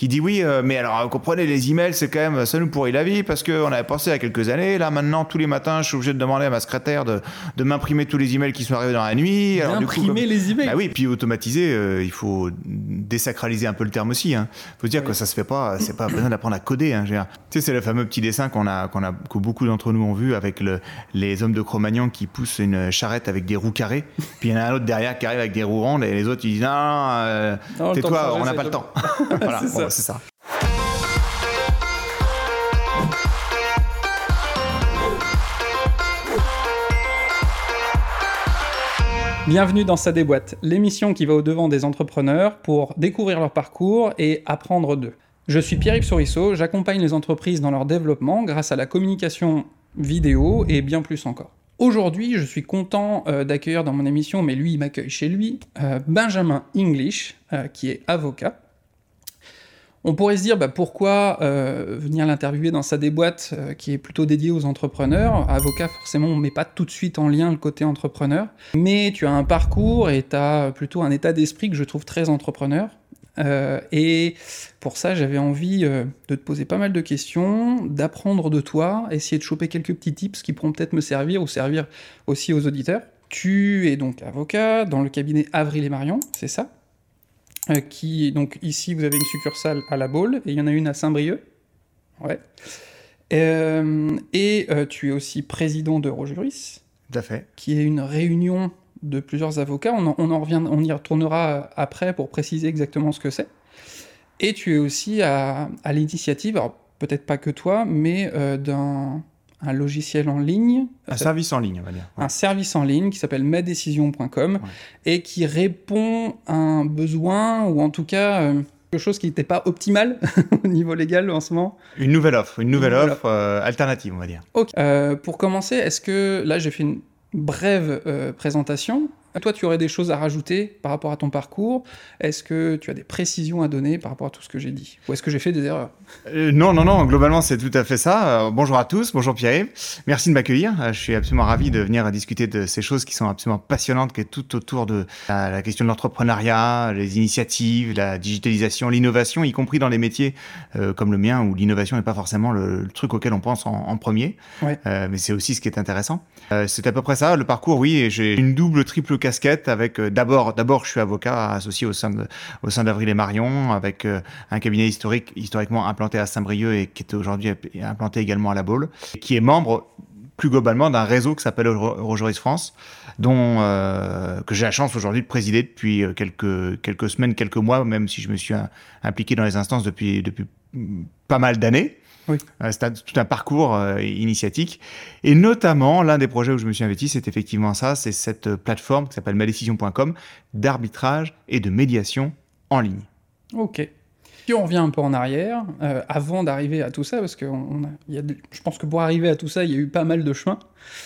qui dit oui, mais alors comprenez, les emails, c'est quand même, ça nous pourrit la vie parce qu'on avait pensé il y a quelques années. Là, maintenant, tous les matins, je suis obligé de demander à ma secrétaire de m'imprimer tous les emails qui sont arrivés dans la nuit. Alors, d'imprimer les emails. Bah oui, puis automatiser, il faut désacraliser un peu le terme aussi. Hein. Faut se dire que ça se fait pas, c'est pas besoin d'apprendre à coder. Hein, tu sais, c'est le fameux petit dessin que beaucoup d'entre nous ont vu avec les hommes de Cro-Magnon qui poussent une charrette avec des roues carrées. Puis il y en a un autre derrière qui arrive avec des roues rondes et les autres ils disent non, tais-toi, on n'a pas le temps. Voilà, c'est ça. Bienvenue dans Ça déboîte, l'émission qui va au-devant des entrepreneurs pour découvrir leur parcours et apprendre d'eux. Je suis Pierre-Yves Sourisseau, j'accompagne les entreprises dans leur développement grâce à la communication vidéo et bien plus encore. Aujourd'hui, je suis content d'accueillir dans mon émission, mais lui, il m'accueille chez lui, Benjamin English, qui est avocat. On pourrait se dire pourquoi venir l'interviewer dans Ça déboîte, qui est plutôt dédié aux entrepreneurs. Avocat, forcément, on ne met pas tout de suite en lien le côté entrepreneur. Mais tu as un parcours et tu as plutôt un état d'esprit que je trouve très entrepreneur. Et pour ça, j'avais envie de te poser pas mal de questions, d'apprendre de toi, essayer de choper quelques petits tips qui pourront peut-être me servir ou servir aussi aux auditeurs. Tu es donc avocat dans le cabinet Avril et Marion, c'est ça ? Donc ici, vous avez une succursale à La Baule, et il y en a une à Saint-Brieuc. Ouais. Tu es aussi président d'Eurojuris. Tout à fait. Qui est une réunion de plusieurs avocats. On y retournera après pour préciser exactement ce que c'est. Et tu es aussi à l'initiative, alors peut-être pas que toi, mais d'un logiciel en ligne. Un service en ligne, on va dire. Ouais. Un service en ligne qui s'appelle madecision.com et qui répond à un besoin, ou en tout cas quelque chose qui n'était pas optimal au niveau légal en ce moment. Une nouvelle offre alternative, on va dire. Okay. Pour commencer, est-ce que, là j'ai fait une brève présentation. Toi, tu aurais des choses à rajouter par rapport à ton parcours? Est-ce que tu as des précisions à donner par rapport à tout ce que j'ai dit? Ou est-ce que j'ai fait des erreurs? Non, globalement, c'est tout à fait ça. Bonjour à tous, bonjour Pierre-Yves. Merci de m'accueillir. Je suis absolument ravi de venir discuter de ces choses qui sont absolument passionnantes, qui est tout autour de la question de l'entrepreneuriat, les initiatives, la digitalisation, l'innovation, y compris dans des métiers comme le mien, où l'innovation n'est pas forcément le truc auquel on pense en premier. Ouais. Mais c'est aussi ce qui est intéressant. C'est à peu près ça. Le parcours, oui, j'ai une triple casquette avec d'abord je suis avocat associé au sein d'Avril et Marion avec un cabinet historiquement implanté à Saint-Brieuc et qui est aujourd'hui implanté également à La Baule, qui est membre plus globalement d'un réseau qui s'appelle Eurojuris France, dont que j'ai la chance aujourd'hui de présider depuis quelques semaines, quelques mois, même si je me suis impliqué dans les instances depuis pas mal d'années. Oui. C'est tout un parcours initiatique. Et notamment, l'un des projets où je me suis investi, c'est effectivement ça, c'est cette plateforme qui s'appelle madecision.com d'arbitrage et de médiation en ligne. Ok. Si on revient un peu en arrière, avant d'arriver à tout ça, parce que je pense que pour arriver à tout ça, il y a eu pas mal de chemin.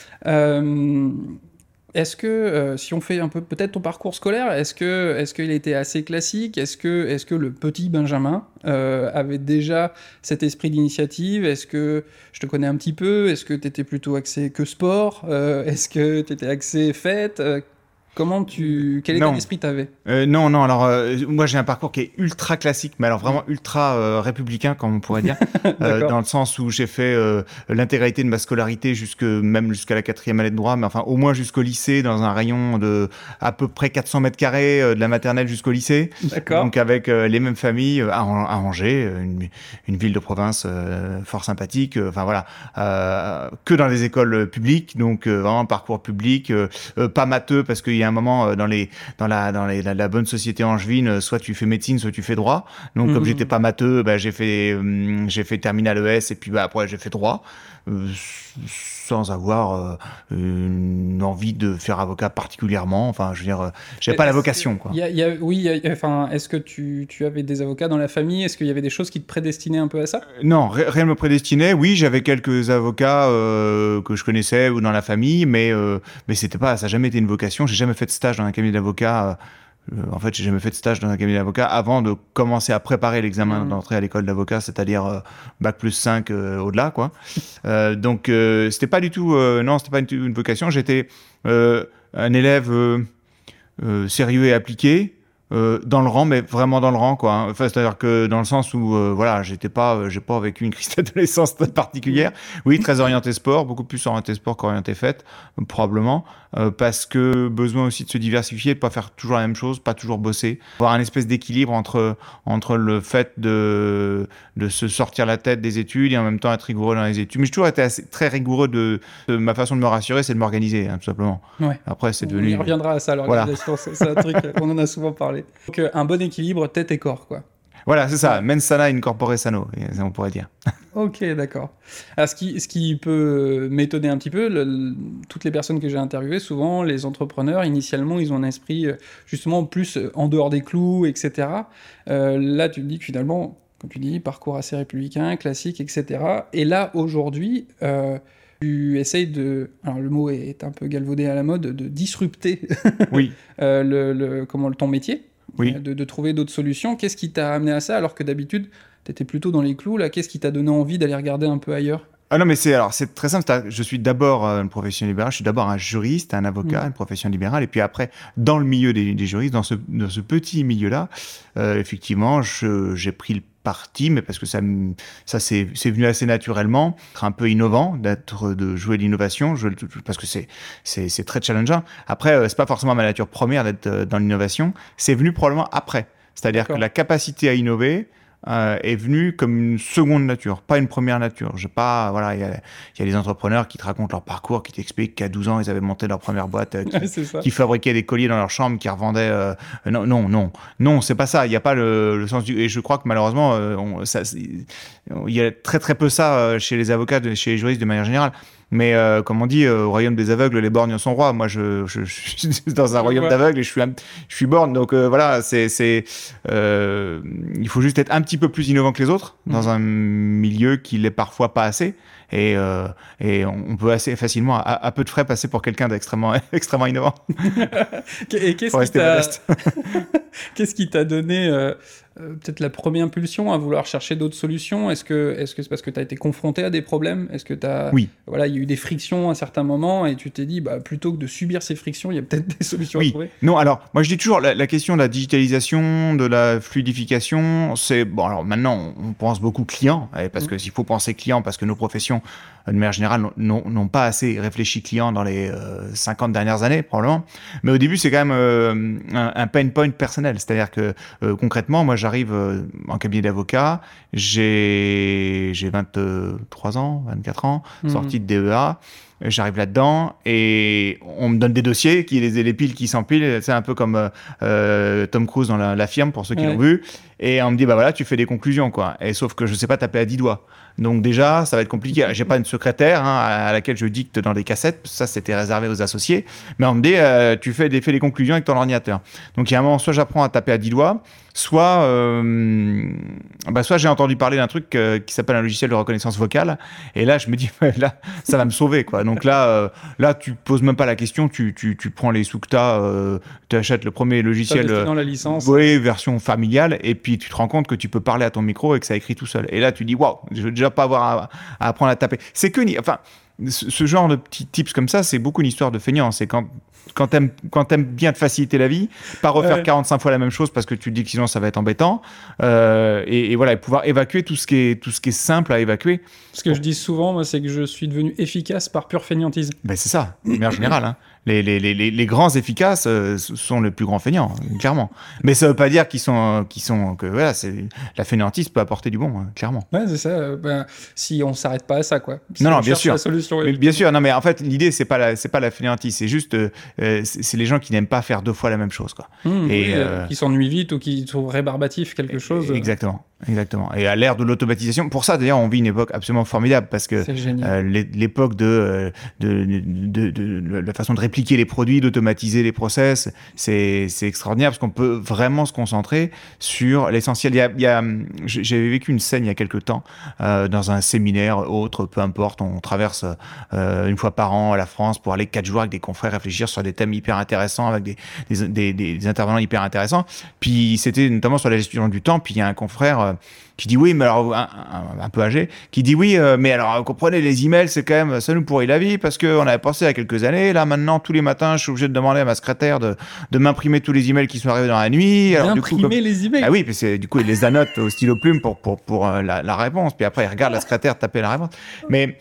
Est-ce que, si on fait un peu peut-être ton parcours scolaire, est-ce qu'il était assez classique? Est-ce que le petit Benjamin avait déjà cet esprit d'initiative? Est-ce que je te connais un petit peu? Est-ce que tu étais plutôt axé que sport? Est-ce que tu étais axé fête? Quel état d'esprit t'avais? Non, alors moi j'ai un parcours qui est ultra classique, mais alors vraiment ultra républicain, comme on pourrait dire, dans le sens où j'ai fait l'intégralité de ma scolarité jusqu'à la 4e année de droit, mais enfin au moins jusqu'au lycée, dans un rayon de à peu près 400 mètres carrés, de la maternelle jusqu'au lycée. D'accord. Donc avec les mêmes familles à Angers, une ville de province fort sympathique, enfin voilà, que dans les écoles publiques, donc vraiment un parcours public, pas matheux parce qu'il y a un moment dans la bonne société angevine, soit tu fais médecine, soit tu fais droit. Donc comme j'étais pas matheux, j'ai fait terminale ES et puis après j'ai fait droit, sans avoir une envie de faire avocat particulièrement. Enfin, je veux dire, j'avais pas la vocation, quoi. Est-ce que tu avais des avocats dans la famille? Est-ce qu'il y avait des choses qui te prédestinaient un peu à ça? Non, rien ne me prédestinait. Oui, j'avais quelques avocats que je connaissais ou dans la famille, mais c'était pas, ça n'a jamais été une vocation. J'ai jamais fait de stage dans un cabinet d'avocat. En fait, j'ai jamais fait de stage dans un cabinet d'avocat avant de commencer à préparer l'examen d'entrée à l'école d'avocat, c'est-à-dire bac plus 5 au-delà, quoi. Donc, c'était pas du tout, c'était pas une vocation. J'étais un élève sérieux et appliqué. Dans le rang, mais vraiment dans le rang, quoi. Hein. Enfin, c'est-à-dire que dans le sens où, voilà, j'ai pas vécu une crise d'adolescence particulière. Oui, très orienté sport, beaucoup plus orienté sport qu'orienté fête, probablement, parce que besoin aussi de se diversifier, de pas faire toujours la même chose, pas toujours bosser, avoir un espèce d'équilibre entre le fait de se sortir la tête des études et en même temps être rigoureux dans les études. Mais j'ai toujours été très rigoureux de ma façon de me rassurer, c'est de m'organiser, hein, tout simplement. Ouais. Après, c'est devenu. On y reviendra à ça, l'organisation, voilà. C'est un truc qu'on en a souvent parlé. Donc, un bon équilibre tête et corps, quoi. Voilà, c'est ça. Mens sana in corpore sano, on pourrait dire. Ok, d'accord. Alors, ce qui peut m'étonner un petit peu, toutes les personnes que j'ai interviewées, souvent, les entrepreneurs, initialement, ils ont un esprit justement plus en dehors des clous, etc. Là, tu te dis que finalement, comme tu dis, parcours assez républicain, classique, etc. Et là, aujourd'hui, tu essayes de... Alors, le mot est un peu galvaudé à la mode, de disrupter oui. ton métier. Oui. De trouver d'autres solutions. Qu'est-ce qui t'a amené à ça alors que d'habitude, tu étais plutôt dans les clous là? Qu'est-ce qui t'a donné envie d'aller regarder un peu ailleurs? Ah non, mais c'est très simple. Je suis d'abord une profession libérale. Je suis d'abord un juriste, un avocat, une profession libérale. Et puis après, dans le milieu des juristes, dans ce petit milieu-là, effectivement, j'ai pris le parti, mais parce que ça c'est venu assez naturellement, être un peu innovant, de jouer l'innovation, parce que c'est très challengeant. Après, c'est pas forcément ma nature première d'être dans l'innovation. C'est venu probablement après. C'est-à-dire que la capacité à innover est venue comme une seconde nature, pas une première nature. Il y a des entrepreneurs qui te racontent leur parcours, qui t'expliquent qu'à 12 ans, ils avaient monté leur première boîte, qui fabriquaient des colliers dans leur chambre, qui revendaient... Non, c'est pas ça. Il n'y a pas le sens du... Et je crois que malheureusement, il y a très très peu ça chez les avocats, chez les juristes de manière générale. Mais comme on dit, au royaume des aveugles, les borgnes sont rois. Moi, je suis dans un royaume d'aveugles et je suis borgne. Donc voilà, il faut juste être un petit peu plus innovant que les autres dans un milieu qui l'est parfois pas assez. Et on peut assez facilement, à peu de frais, passer pour quelqu'un d'extrêmement extrêmement innovant. Et qu'est-ce qui t'a donné peut-être la première impulsion à vouloir chercher d'autres solutions? Est-ce que c'est parce que tu as été confronté à des problèmes? Est-ce que oui. Voilà, il y a eu des frictions à un certain moment et tu t'es dit, plutôt que de subir ces frictions, il y a peut-être des solutions à trouver? Non, alors, moi je dis toujours, la question de la digitalisation, de la fluidification, c'est... Bon, alors maintenant, on pense beaucoup client, parce que s'il faut penser client, parce que nos professions, de manière générale, n'ont pas assez réfléchi client dans les 50 dernières années, probablement. Mais au début, c'est quand même un pain point personnel. C'est-à-dire que, concrètement, moi, j'arrive en cabinet d'avocat, j'ai 23 ans, 24 ans, sorti de DEA. J'arrive là-dedans et on me donne des dossiers, les piles qui s'empilent, c'est un peu comme Tom Cruise dans la firme, pour ceux qui l'ont vu. Et on me dit, voilà, tu fais des conclusions, quoi. Et sauf que je sais pas taper à 10 doigts. Donc déjà, ça va être compliqué. J'ai pas une secrétaire à laquelle je dicte dans des cassettes. Ça, c'était réservé aux associés. Mais on me dit, tu fais des conclusions avec ton ordinateur. Donc il y a un moment, soit j'apprends à taper à 10 doigts, soit j'ai entendu parler d'un truc qui s'appelle un logiciel de reconnaissance vocale. Et là, je me dis, là, ça va me sauver, quoi. Donc là, tu poses même pas la question. Tu prends les Soukta, tu achètes le premier logiciel. Dans la licence. Oui, version familiale. Et puis tu te rends compte que tu peux parler à ton micro et que ça écrit tout seul. Et là, tu dis, waouh, je veux déjà pas avoir à apprendre à taper. C'est que, enfin, ce genre de petits tips comme ça, c'est beaucoup une histoire de feignant. C'est quand t'aimes bien te faciliter la vie, pas refaire 45 fois la même chose parce que tu te dis que sinon ça va être embêtant, et voilà, et pouvoir évacuer tout ce qui est simple à évacuer. Ce que je dis souvent, moi, c'est que je suis devenu efficace par pure feignantise. Ben c'est ça, de manière générale. Hein. Les grands efficaces sont les plus grands feignants, clairement. Mais ça veut pas dire que voilà, la fainéantise peut apporter du bon, clairement. Ouais, c'est ça. Si on s'arrête pas à ça, quoi. Si non, bien sûr. La solution, mais, bien sûr. Non, mais en fait, l'idée c'est pas la fainéantise, c'est juste c'est les gens qui n'aiment pas faire deux fois la même chose, quoi. Qui s'ennuient vite ou qui trouvent rébarbatif quelque chose. Exactement. Et à l'ère de l'automatisation, pour ça d'ailleurs, on vit une époque absolument formidable parce que l'époque de la façon de répliquer les produits, d'automatiser les process, c'est extraordinaire parce qu'on peut vraiment se concentrer sur l'essentiel. J'avais vécu une scène il y a quelques temps dans un séminaire autre, peu importe, on traverse une fois par an la France pour aller 4 jours avec des confrères réfléchir sur des thèmes hyper intéressants avec des intervenants hyper intéressants. Puis c'était notamment sur la gestion du temps. Puis il y a un confrère qui dit oui, mais alors un peu âgé, qui dit oui, mais alors comprenez, les emails, c'est quand même, ça nous pourrit la vie parce qu'on avait pensé à quelques années. Là maintenant, tous les matins, je suis obligé de demander à ma secrétaire de m'imprimer tous les emails qui sont arrivés dans la nuit. D'imprimer les emails. Ah oui, parce que du coup, il les annote au stylo plume pour la réponse. Puis après, il regarde la secrétaire taper la réponse. Mais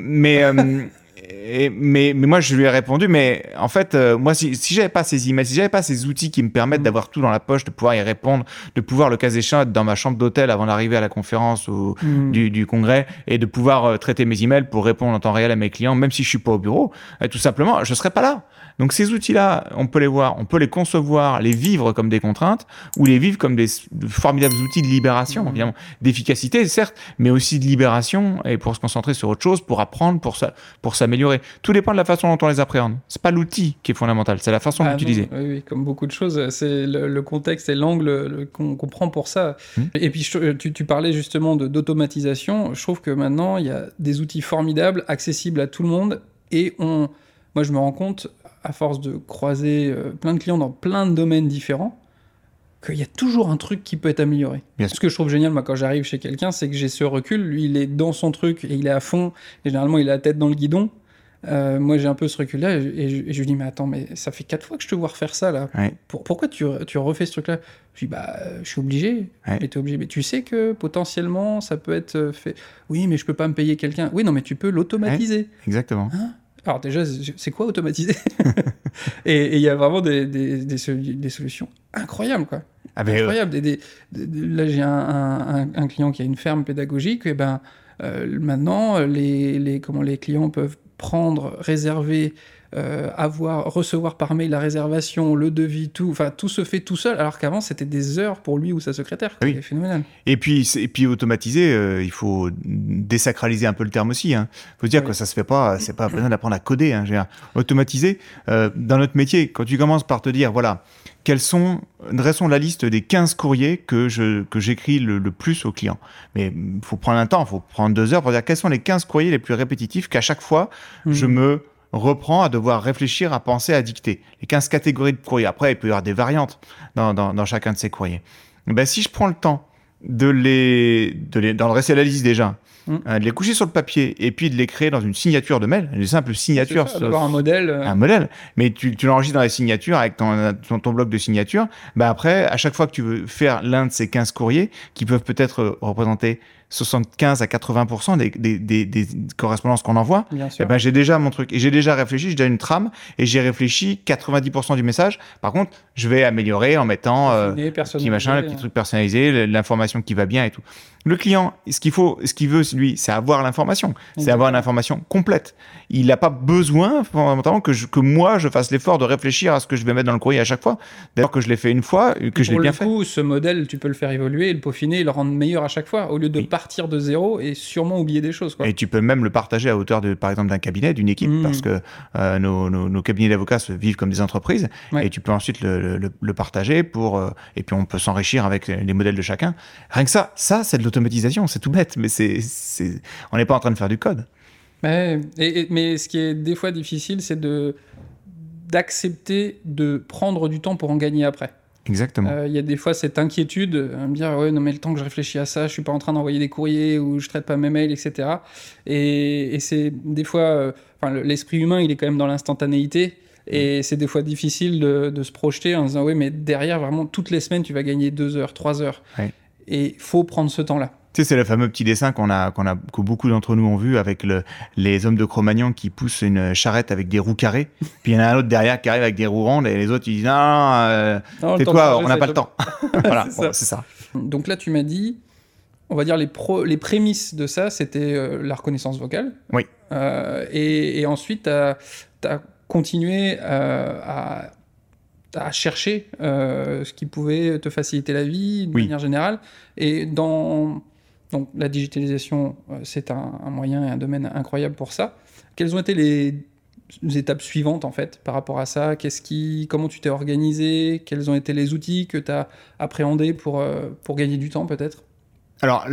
moi, je lui ai répondu, mais en fait, moi, si j'avais pas ces emails, si j'avais pas ces outils qui me permettent d'avoir tout dans la poche, de pouvoir y répondre, de pouvoir, le cas échéant, être dans ma chambre d'hôtel avant d'arriver à la conférence ou du congrès et de pouvoir traiter mes emails pour répondre en temps réel à mes clients, même si je suis pas au bureau, tout simplement, je serais pas là. Donc ces outils-là, on peut les voir, on peut les concevoir, les vivre comme des contraintes ou les vivre comme des formidables outils de libération, évidemment, d'efficacité, certes, mais aussi de libération et pour se concentrer sur autre chose, pour apprendre, pour s'améliorer. Tout dépend de la façon dont on les appréhende. C'est pas l'outil qui est fondamental, c'est la façon d'utiliser. Oui, comme beaucoup de choses, c'est le contexte et l'angle qu'on prend pour ça. Et puis tu parlais justement d'automatisation. Je trouve que maintenant, il y a des outils formidables, accessibles à tout le monde et moi, je me rends compte, à force de croiser plein de clients dans plein de domaines différents, qu'il y a toujours un truc qui peut être amélioré. Ce que je trouve génial, moi, quand j'arrive chez quelqu'un, c'est que j'ai ce recul. Lui, il est dans son truc et il est à fond. Et généralement, il a la tête dans le guidon. Moi, j'ai un peu ce recul-là et je lui dis, mais attends, mais ça fait 4 fois que je te vois refaire ça, là. Ouais. Pourquoi tu refais ce truc-là? Je lui dis, je suis obligé. Ouais. Mais t'es obligé. Mais tu sais que potentiellement, ça peut être fait. Oui, mais je peux pas me payer quelqu'un. Oui, non, mais tu peux l'automatiser. Ouais, exactement. Hein? Alors déjà, c'est quoi automatiser? Et il y a vraiment des solutions incroyables, quoi. Incroyables. Là, j'ai un client qui a une ferme pédagogique. Et maintenant, les clients peuvent prendre, réserver, recevoir par mail la réservation, le devis, tout se fait tout seul, alors qu'avant, c'était des heures pour lui ou sa secrétaire. Oui. C'est phénoménal. Et puis automatiser, il faut désacraliser un peu le terme aussi. Il faut se dire que ça se fait pas, c'est pas besoin d'apprendre à coder. Automatiser, dans notre métier, quand tu commences par te dire, voilà, dressons la liste des 15 courriers que j'écris le plus aux clients. Mais il faut prendre un temps, il faut prendre 2 heures pour dire quels sont les 15 courriers les plus répétitifs qu'à chaque fois, je me reprends à devoir réfléchir, à penser, à dicter. Les 15 catégories de courriers. Après, il peut y avoir des variantes dans chacun de ces courriers. Si je prends le temps d'en dresser la liste déjà, de les coucher sur le papier et puis de les créer dans une signature de mail, une simple signature. D'avoir un modèle. Un modèle, mais tu l'enregistres dans la signature avec ton bloc de signature. Après, à chaque fois que tu veux faire l'un de ces 15 courriers, qui peuvent peut-être représenter 75 à 80% des correspondances qu'on envoie, j'ai déjà mon truc. Et j'ai déjà réfléchi, j'ai déjà une trame, et j'ai réfléchi 90% du message. Par contre, je vais améliorer en mettant petit machin, le petit truc personnalisé, l'information qui va bien et tout. Le client, ce qu'il veut, lui, c'est avoir l'information. C'est avoir une information complète. Il n'a pas besoin, fondamentalement, que moi, je fasse l'effort de réfléchir à ce que je vais mettre dans le courrier à chaque fois. D'ailleurs, que je l'ai fait une fois, que je l'ai bien fait. Pour le coup, ce modèle, tu peux le faire évoluer, le peaufiner et le rendre meilleur à chaque fois, au lieu de partir de zéro et sûrement oublier des choses, quoi. Et tu peux même le partager à hauteur par exemple, d'un cabinet, d'une équipe, parce que nos cabinets d'avocats se vivent comme des entreprises, et tu peux ensuite le partager et puis on peut s'enrichir avec les modèles de chacun. Rien que ça, c'est de l'automatisation, c'est tout bête, mais on n'est pas en train de faire du code. Mais ce qui est des fois difficile, c'est d'accepter de prendre du temps pour en gagner après. Exactement. Il y a des fois cette inquiétude, me dire ouais, non mais le temps que je réfléchis à ça, je suis pas en train d'envoyer des courriers ou je traite pas mes mails, etc. Et c'est des fois, l'esprit humain, il est quand même dans l'instantanéité. Et c'est des fois difficile de se projeter en disant oui, mais derrière, vraiment, toutes les semaines, tu vas gagner 2 heures, 3 heures. Ouais. Et il faut prendre ce temps-là. Tu sais, c'est le fameux petit dessin que beaucoup d'entre nous ont vu avec les hommes de Cro-Magnon qui poussent une charrette avec des roues carrées. Puis il y en a un autre derrière qui arrive avec des roues rondes et les autres ils disent non, tais-toi, on n'a pas le temps. Voilà, c'est ça. Donc là, tu m'as dit, on va dire les prémices de ça, c'était la reconnaissance vocale. Oui. Et ensuite, tu as continué à chercher ce qui pouvait te faciliter la vie de manière générale. Et donc la digitalisation, c'est un moyen et un domaine incroyable pour ça. Quelles ont été les étapes suivantes, en fait, par rapport à ça? Comment tu t'es organisé? Quels ont été les outils que tu as appréhendés pour gagner du temps, peut-être? Alors,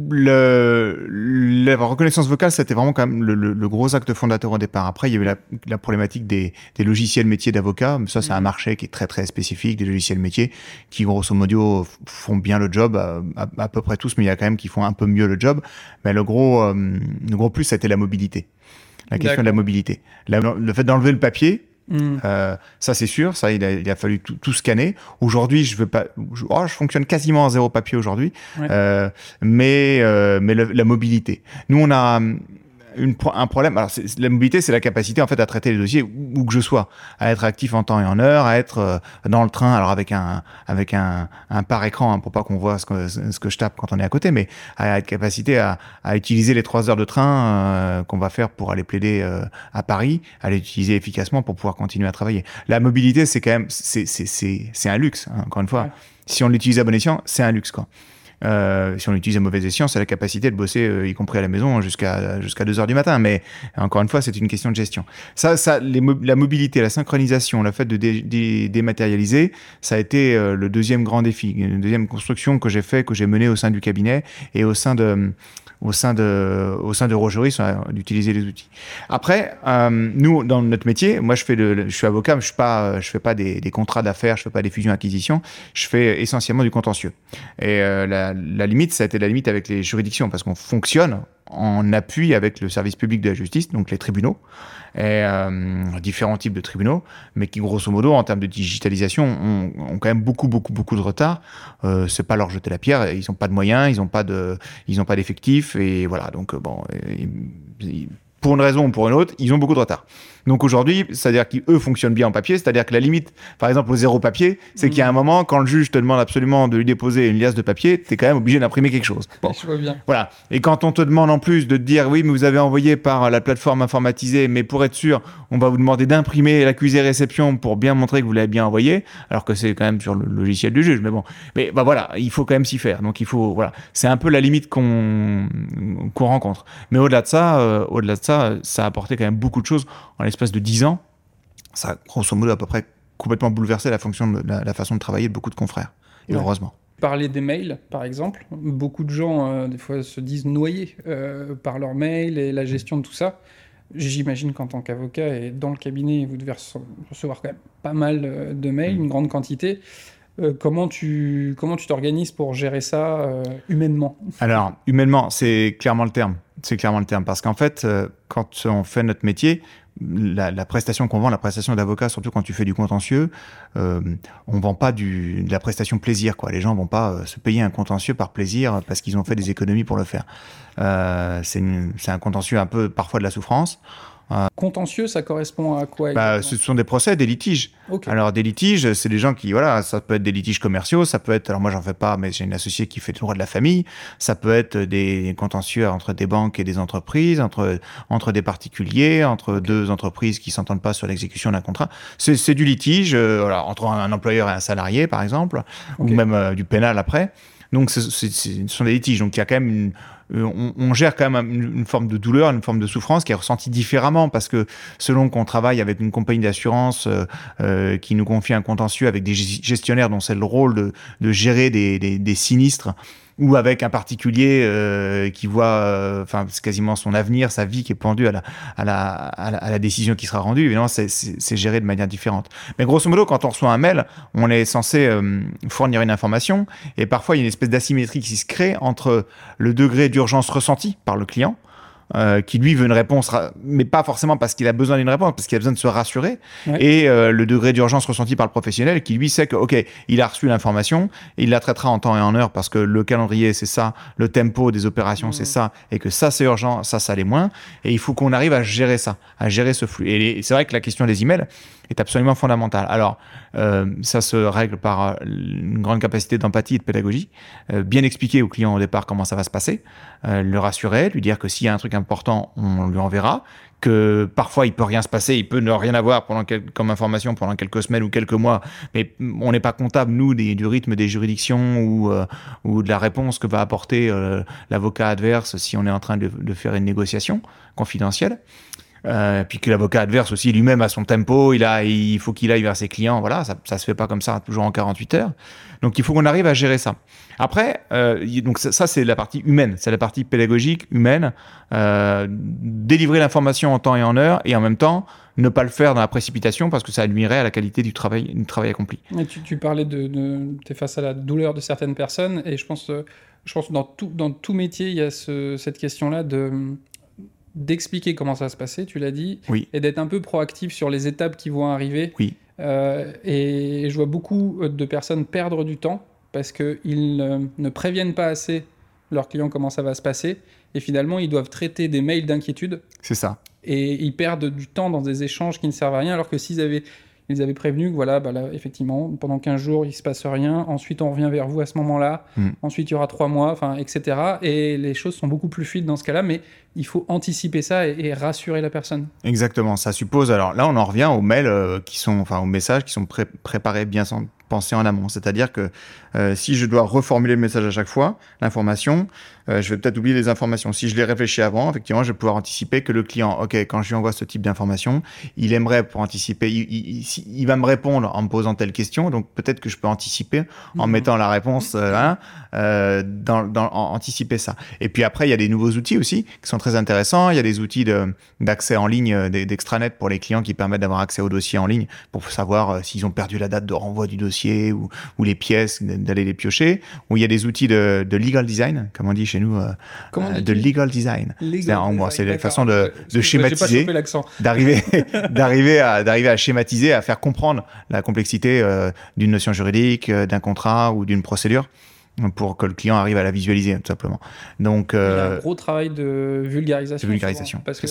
la reconnaissance vocale, c'était vraiment quand même le gros acte fondateur au départ. Après, il y avait la problématique des logiciels métiers d'avocat. Ça, c'est un marché qui est très, très spécifique, des logiciels métiers qui, grosso modo, font bien le job, à peu près tous, mais il y a quand même qui font un peu mieux le job. Mais le gros plus, ça a été la mobilité. La question de la mobilité. Le fait d'enlever le papier, ça c'est sûr, ça il a fallu tout scanner. Aujourd'hui, je fonctionne quasiment à zéro papier aujourd'hui, ouais. Mais la mobilité. Nous, on a un problème. Alors, la mobilité, c'est la capacité en fait à traiter les dossiers où que je sois, à être actif en temps et en heure, à être dans le train, alors avec un par écran, hein, pour pas qu'on voit ce que je tape quand on est à côté, mais à être capacité à utiliser les 3 heures de train qu'on va faire pour aller plaider à Paris, à l'utiliser efficacement pour pouvoir continuer à travailler. La mobilité, c'est quand même c'est un luxe, hein, encore une fois. Ouais. Si on l'utilise à bon escient, c'est un luxe, quoi. Si on l'utilise à mauvais escient, c'est la capacité de bosser, y compris à la maison, jusqu'à 2h du matin. Mais encore une fois, c'est une question de gestion. La mobilité, la synchronisation, le fait de dématérialiser, ça a été le deuxième grand défi, une deuxième construction que j'ai menée au sein du cabinet et au sein de Rogeris, d'utiliser les outils. Après, nous, dans notre métier, moi, je suis avocat, mais je fais pas des contrats d'affaires, je fais pas des fusions-acquisitions, je fais essentiellement du contentieux. Et la limite, ça a été la limite avec les juridictions, parce qu'on fonctionne en appui avec le service public de la justice, donc les tribunaux, et différents types de tribunaux, mais qui, grosso modo, en termes de digitalisation, ont quand même beaucoup de retard. C'est pas leur jeter la pierre, ils n'ont pas de moyens, ils n'ont pas d'effectifs, et voilà. Donc, pour une raison ou pour une autre, ils ont beaucoup de retard. Donc aujourd'hui, c'est-à-dire qu'eux fonctionnent bien en papier, c'est-à-dire que la limite, par exemple, au zéro papier, c'est qu'il y a un moment, quand le juge te demande absolument de lui déposer une liasse de papier, t'es quand même obligé d'imprimer quelque chose. Bon. Je vois bien. Voilà. Et quand on te demande en plus de te dire, oui, mais vous avez envoyé par la plateforme informatisée, mais pour être sûr, on va vous demander d'imprimer l'accusé réception pour bien montrer que vous l'avez bien envoyé, alors que c'est quand même sur le logiciel du juge. Mais bon, voilà, il faut quand même s'y faire. Donc voilà, c'est un peu la limite qu'on rencontre. Mais au-delà de ça, ça a apporté quand même beaucoup de choses en l'espace de 10 ans. Ça a, grosso modo, à peu près complètement bouleversé la façon de travailler de beaucoup de confrères. Et heureusement. Parler des mails, par exemple. Beaucoup de gens, des fois, se disent noyés par leurs mails et la gestion de tout ça. J'imagine qu'en tant qu'avocat et dans le cabinet, vous devez recevoir quand même pas mal de mails, une grande quantité. Comment tu t'organises pour gérer ça humainement ? Alors, humainement, c'est clairement le terme. Parce qu'en fait, quand on fait notre métier, la prestation qu'on vend, la prestation d'avocat, surtout quand tu fais du contentieux, on vend pas de la prestation plaisir, quoi. Les gens vont pas se payer un contentieux par plaisir parce qu'ils ont fait des économies pour le faire. C'est un contentieux un peu parfois de la souffrance. Contentieux, ça correspond à quoi? Ce sont des procès, des litiges. Okay. Alors, des litiges, c'est des gens qui, voilà, ça peut être des litiges commerciaux, ça peut être, alors moi, j'en fais pas, mais j'ai une associée qui fait le droit de la famille, ça peut être des contentieux entre des banques et des entreprises, entre des particuliers, entre deux entreprises qui s'entendent pas sur l'exécution d'un contrat. C'est du litige, entre un employeur et un salarié, par exemple, ou même du pénal après. Donc, ce sont des litiges. Donc, il y a quand même on gère quand même une forme de douleur, une forme de souffrance qui est ressentie différemment parce que selon qu'on travaille avec une compagnie d'assurance qui nous confie un contentieux avec des gestionnaires dont c'est le rôle de gérer des sinistres, ou avec un particulier qui voit c'est quasiment son avenir, sa vie qui est pendue à la décision qui sera rendue. Évidemment, c'est géré de manière différente. Mais grosso modo, quand on reçoit un mail, on est censé fournir une information et parfois il y a une espèce d'asymétrie qui se crée entre le degré d'urgence ressenti par le client, qui lui veut une réponse, mais pas forcément parce qu'il a besoin d'une réponse, parce qu'il a besoin de se rassurer, et le degré d'urgence ressenti par le professionnel, qui lui sait que, ok, il a reçu l'information, il la traitera en temps et en heure parce que le calendrier c'est ça, le tempo des opérations c'est ça, et que ça c'est urgent, ça l'est moins, et il faut qu'on arrive à gérer ça, à gérer ce flux. Et c'est vrai que la question des emails est absolument fondamentale. Alors, ça se règle par une grande capacité d'empathie et de pédagogie, bien expliquer au client au départ comment ça va se passer, le rassurer, lui dire que s'il y a un truc important, on lui enverra, que parfois il peut rien se passer, il peut ne rien avoir comme information pendant quelques semaines ou quelques mois, mais on n'est pas comptable, nous, du rythme des juridictions ou de la réponse que va apporter l'avocat adverse si on est en train de faire une négociation confidentielle. Puis que l'avocat adverse aussi lui-même a son tempo, il faut qu'il aille vers ses clients, voilà, ça se fait pas comme ça toujours en 48 heures. Donc il faut qu'on arrive à gérer ça. Après, donc ça c'est la partie humaine, c'est la partie pédagogique humaine, délivrer l'information en temps et en heure, et en même temps ne pas le faire dans la précipitation parce que ça nuirait à la qualité du travail accompli. Et tu parlais t'es face à la douleur de certaines personnes, et je pense que dans tout métier il y a cette question-là d'expliquer comment ça va se passer, tu l'as dit, Oui. et d'être un peu proactif sur les étapes qui vont arriver. Oui. Et je vois beaucoup de personnes perdre du temps parce qu'ils ne préviennent pas assez leurs clients comment ça va se passer, et finalement ils doivent traiter des mails d'inquiétude. C'est ça. Et ils perdent du temps dans des échanges qui ne servent à rien, alors que s'ils avaient prévenu que voilà, là, effectivement, pendant 15 jours, il ne se passe rien, ensuite on revient vers vous à ce moment-là, ensuite il y aura 3 mois, etc. Et les choses sont beaucoup plus fluides dans ce cas-là, mais il faut anticiper ça et rassurer la personne. Exactement, ça suppose, alors là on en revient aux mails aux messages qui sont préparés bien sans penser en amont. C'est-à-dire que si je dois reformuler le message à chaque fois, l'information, je vais peut-être oublier les informations. Si je les réfléchis avant, effectivement, je vais pouvoir anticiper que le client, ok, quand je lui envoie ce type d'information, il aimerait pour anticiper, il va me répondre en me posant telle question, donc peut-être que je peux anticiper en mettant la réponse, anticiper ça. Et puis après, il y a des nouveaux outils aussi qui sont très intéressants. Il y a des outils d'accès en ligne, d'extranet pour les clients qui permettent d'avoir accès au dossier en ligne pour savoir s'ils ont perdu la date de renvoi du dossier ou les pièces, d'aller les piocher. Ou il y a des outils de legal design, comme on dit chez nous, de legal design. C'est la façon de schématiser, j'ai pas chopé l'accent. d'arriver à schématiser, à faire comprendre la complexité d'une notion juridique, d'un contrat ou d'une procédure, pour que le client arrive à la visualiser, tout simplement. Donc, il y a un gros travail de vulgarisation. Souvent, parce que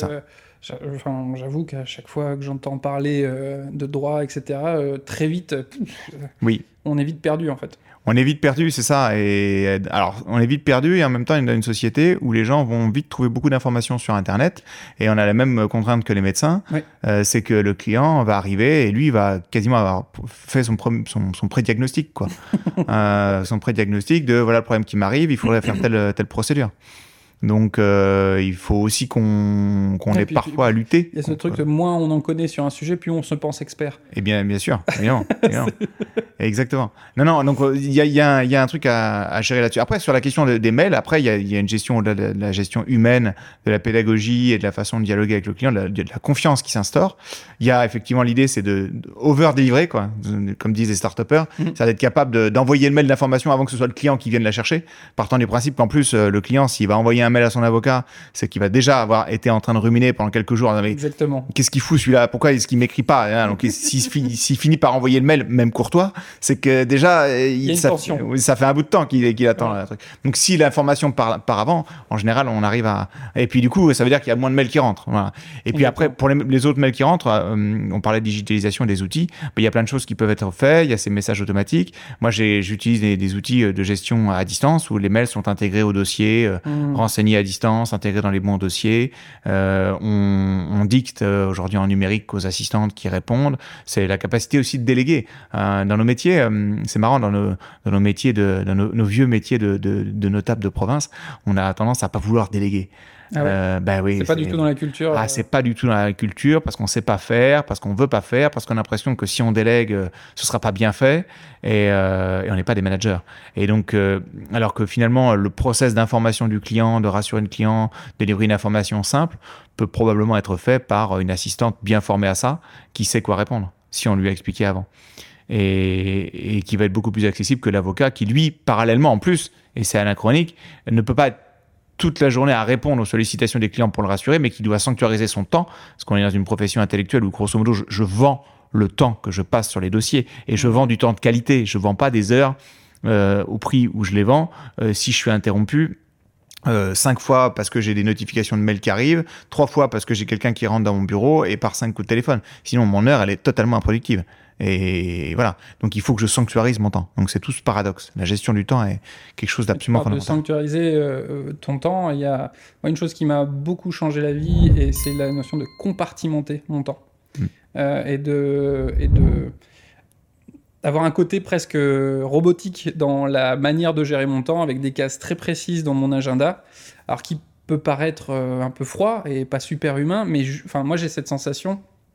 j'avoue qu'à chaque fois que j'entends parler de droit, etc., très vite, oui. On est vite perdu, en fait. On est vite perdu, c'est ça. Et alors, on est vite perdu, et en même temps, on est dans une société où les gens vont vite trouver beaucoup d'informations sur Internet, et on a la même contrainte que les médecins. Oui. C'est que le client va arriver et lui il va quasiment avoir fait son pré-diagnostic, quoi. Son pré-diagnostic de voilà le problème qui m'arrive, il faudrait faire telle procédure. Donc, il faut aussi qu'on ait parfois à lutter. Il y a ce truc que moins on en connaît sur un sujet, plus on se pense expert. Eh bien sûr, évidemment. Exactement. Non, donc il y a un truc à gérer là-dessus. Après, sur la question des mails, après, il y a une gestion de la gestion humaine, de la pédagogie et de la façon de dialoguer avec le client, de la confiance qui s'instaure. Il y a effectivement l'idée, c'est de over-délivrer, quoi, comme disent les start-upers. C'est d'être capable d'envoyer le mail d'information avant que ce soit le client qui vienne la chercher, partant du principe qu'en plus, le client, s'il va envoyer un mail à son avocat, c'est qu'il va déjà avoir été en train de ruminer pendant quelques jours. Exactement. Qu'est-ce qu'il fout celui-là ? Pourquoi est-ce qu'il m'écrit pas, hein ? Donc s'il finit par envoyer le mail, même courtois, c'est que déjà ça fait un bout de temps qu'il attend le truc. Donc si l'information part avant, en général on arrive à, et puis du coup ça veut dire qu'il y a moins de mails qui rentrent. Voilà. Et puis après pour les autres mails qui rentrent, on parlait de digitalisation des outils, il y a plein de choses qui peuvent être faites. Il y a ces messages automatiques. Moi j'utilise des outils de gestion à distance où les mails sont intégrés au dossier, renseignés à distance, intégrés dans les bons dossiers. On dicte aujourd'hui en numérique aux assistantes qui répondent. C'est la capacité aussi de déléguer. Dans nos métiers, c'est marrant, dans nos métiers, dans nos vieux métiers de notables de province, on a tendance à pas vouloir déléguer. Ah ouais. Oui, c'est pas du tout dans la culture. C'est pas du tout dans la culture parce qu'on sait pas faire, parce qu'on veut pas faire, parce qu'on a l'impression que si on délègue, ce sera pas bien fait, et on n'est pas des managers. Et donc, alors que finalement, le process d'information du client, de rassurer le client, de délivrer une information simple, peut probablement être fait par une assistante bien formée à ça, qui sait quoi répondre, si on lui a expliqué avant. Et qui va être beaucoup plus accessible que l'avocat qui, lui, parallèlement en plus, et c'est anachronique, ne peut pas être toute la journée à répondre aux sollicitations des clients pour le rassurer, mais qui doit sanctuariser son temps, parce qu'on est dans une profession intellectuelle où, grosso modo, je vends le temps que je passe sur les dossiers, et je vends du temps de qualité. Je ne vends pas des heures au prix où je les vends. Si je suis interrompu 5 fois parce que j'ai des notifications de mails qui arrivent, 3 fois parce que j'ai quelqu'un qui rentre dans mon bureau, et par 5 coups de téléphone. Sinon, mon heure, elle est totalement improductive. Et voilà. Donc, il faut que je sanctuarise mon temps. Donc, c'est tout ce paradoxe. La gestion du temps est quelque chose d'absolument fondamental. De sanctuariser ton temps, il y a une chose qui m'a beaucoup changé la vie, et c'est la notion de compartimenter mon temps. Et d'avoir un côté presque robotique dans la manière de gérer mon temps, avec des cases très précises dans mon agenda, alors qui peut paraître un peu froid et pas super humain, mais moi j'ai cette sensation.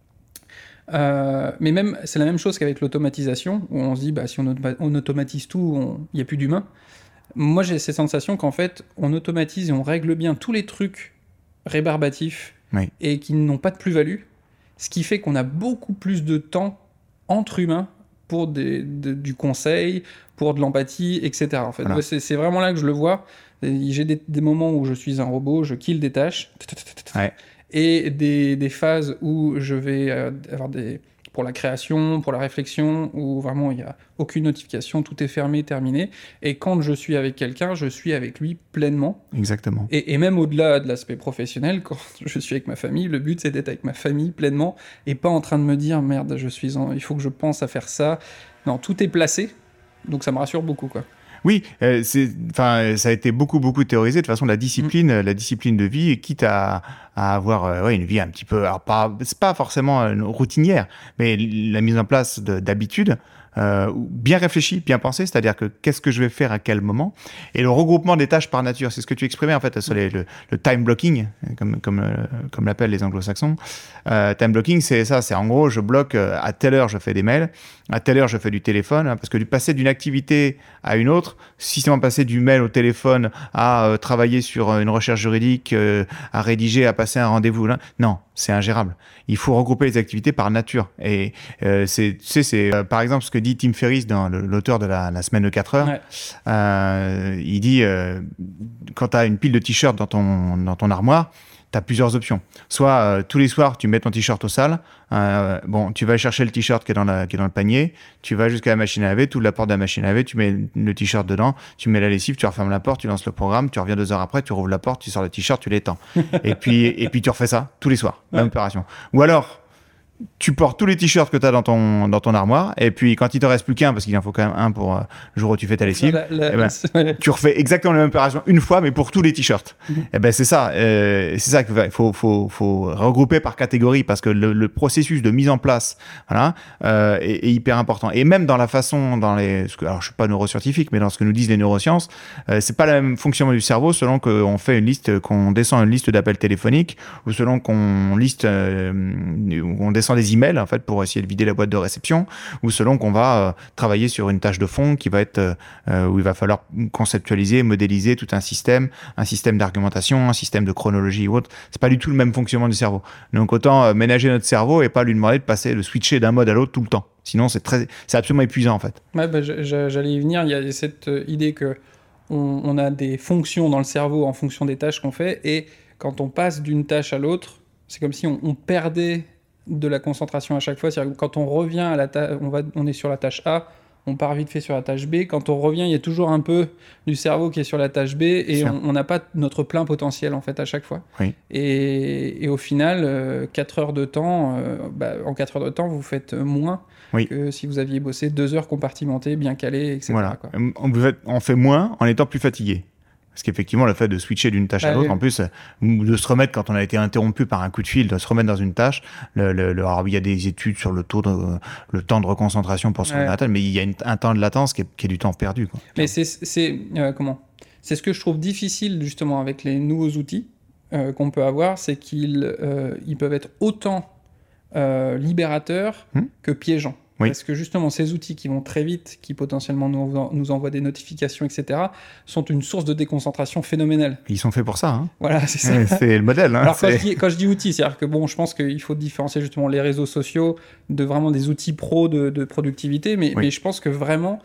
Mais même, c'est la même chose qu'avec l'automatisation, où on se dit, si on automatise tout, il n'y a plus d'humain. Moi j'ai cette sensation qu'en fait, on automatise et on règle bien tous les trucs rébarbatifs et qui n'ont pas de plus-value, ce qui fait qu'on a beaucoup plus de temps entre humains pour du conseil, pour de l'empathie, etc. En fait. Voilà. C'est vraiment là que je le vois. J'ai des moments où je suis un robot, je kill des tâches, et des phases où je vais avoir pour la création, pour la réflexion, où vraiment il n'y a aucune notification, tout est fermé, terminé. Et quand je suis avec quelqu'un, je suis avec lui pleinement. Exactement. Et même au-delà de l'aspect professionnel, quand je suis avec ma famille, le but c'est d'être avec ma famille pleinement et pas en train de me dire merde, il faut que je pense à faire ça. Non, tout est placé, donc ça me rassure beaucoup, quoi. Oui, ça a été beaucoup théorisé. De toute façon, la discipline de vie, quitte à avoir une vie un petit peu, alors c'est pas forcément routinière, mais la mise en place d'habitudes bien réfléchies, bien pensées, c'est-à-dire que qu'est-ce que je vais faire à quel moment, et le regroupement des tâches par nature, c'est ce que tu exprimais en fait sur le time blocking, comme l'appellent les anglo-saxons. Time blocking, c'est ça, c'est en gros, je bloque à telle heure je fais des mails, à telle heure je fais du téléphone, parce que passer d'une activité à une autre, systématiquement passer du mail au téléphone à travailler sur une recherche juridique, à rédiger, à passer un rendez-vous, là, non, c'est ingérable. Il faut regrouper les activités par nature. Et c'est par exemple ce que dit Tim Ferriss, l'auteur de la semaine de 4 heures. Il dit, quand tu as une pile de t-shirts dans ton armoire, tu as plusieurs options. Soit tous les soirs, tu mets ton t-shirt au sale. Tu vas chercher le t-shirt qui est dans le panier. Tu vas jusqu'à la machine à laver, tu ouvres la porte de la machine à laver, tu mets le t-shirt dedans, tu mets la lessive, tu refermes la porte, tu lances le programme, tu reviens 2 heures après, tu rouvres la porte, tu sors le t-shirt, tu l'étends. et puis tu refais ça tous les soirs, même opération. Ou alors, tu portes tous les t-shirts que tu as dans ton armoire, et puis quand il te reste plus qu'un, parce qu'il en faut quand même un pour le jour où tu fais ta lessive, tu refais exactement la même opération une fois, mais pour tous les t-shirts. C'est ça. C'est ça qu'il faut regrouper par catégorie, parce que le processus de mise en place est hyper important. Et même dans la façon, alors je suis pas neuroscientifique, mais dans ce que nous disent les neurosciences, c'est pas le même fonctionnement du cerveau selon qu'on fait qu'on descend une liste d'appels téléphoniques, ou selon qu'on descend des emails en fait pour essayer de vider la boîte de réception, ou selon qu'on va travailler sur une tâche de fond qui va être où il va falloir conceptualiser, modéliser tout un système d'argumentation, un système de chronologie ou autre. C'est pas du tout le même fonctionnement du cerveau. Donc autant ménager notre cerveau et pas lui demander de switcher d'un mode à l'autre tout le temps. Sinon c'est absolument épuisant en fait. J'allais y venir. Il y a cette idée que on a des fonctions dans le cerveau en fonction des tâches qu'on fait, et quand on passe d'une tâche à l'autre, c'est comme si on perdait de la concentration à chaque fois. C'est-à-dire que quand on revient à la tâche, on est sur la tâche A, on part vite fait sur la tâche B. Quand on revient, il y a toujours un peu du cerveau qui est sur la tâche B, et on n'a pas notre plein potentiel en fait à chaque fois. Oui. Et au final, 4 heures de temps, en 4 heures de temps, vous faites moins que si vous aviez bossé 2 heures compartimentées, bien calées, etc. Voilà. On fait moins en étant plus fatigué. Parce qu'effectivement, le fait de switcher d'une tâche à l'autre, en plus, de se remettre quand on a été interrompu par un coup de fil, de se remettre dans une tâche, alors il y a des études sur le temps de reconcentration pour se remettre, mais il y a un temps de latence qui est du temps perdu, quoi. Mais c'est ce que je trouve difficile justement avec les nouveaux outils qu'on peut avoir, c'est qu'ils peuvent être autant libérateurs que piégeants. Oui. Parce que justement, ces outils qui vont très vite, qui potentiellement nous envoient des notifications, etc., sont une source de déconcentration phénoménale. Ils sont faits pour ça. Hein. Voilà, c'est ça. C'est le modèle. Hein, alors, quand je dis outils, c'est-à-dire que je pense qu'il faut différencier justement les réseaux sociaux de vraiment des outils pro de productivité, mais je pense que vraiment,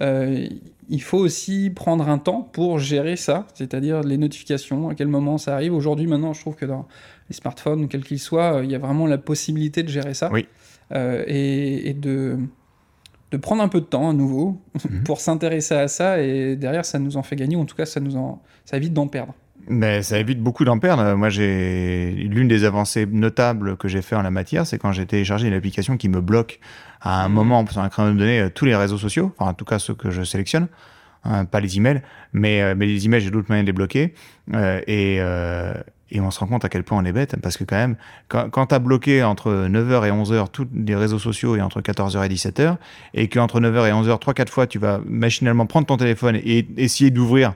il faut aussi prendre un temps pour gérer ça, c'est-à-dire les notifications, à quel moment ça arrive. Aujourd'hui, maintenant, je trouve que dans les smartphones, quels qu'ils soient, il y a vraiment la possibilité de gérer ça. Oui. Et de prendre un peu de temps à nouveau pour s'intéresser à ça, et derrière ça nous en fait gagner, ou en tout cas ça évite d'en perdre. Mais ça évite beaucoup d'en perdre. Moi, l'une des avancées notables que j'ai fait en la matière, c'est quand j'ai téléchargé une application qui me bloque à un moment, sur un créneau donné, tous les réseaux sociaux, enfin en tout cas ceux que je sélectionne, pas les emails, mais les emails, j'ai d'autres moyens de les bloquer, et on se rend compte à quel point on est bête, parce que quand même, quand tu as bloqué entre 9h et 11h tous les réseaux sociaux, et entre 14h et 17h, et qu'entre 9h et 11h, 3-4 fois, tu vas machinalement prendre ton téléphone et essayer d'ouvrir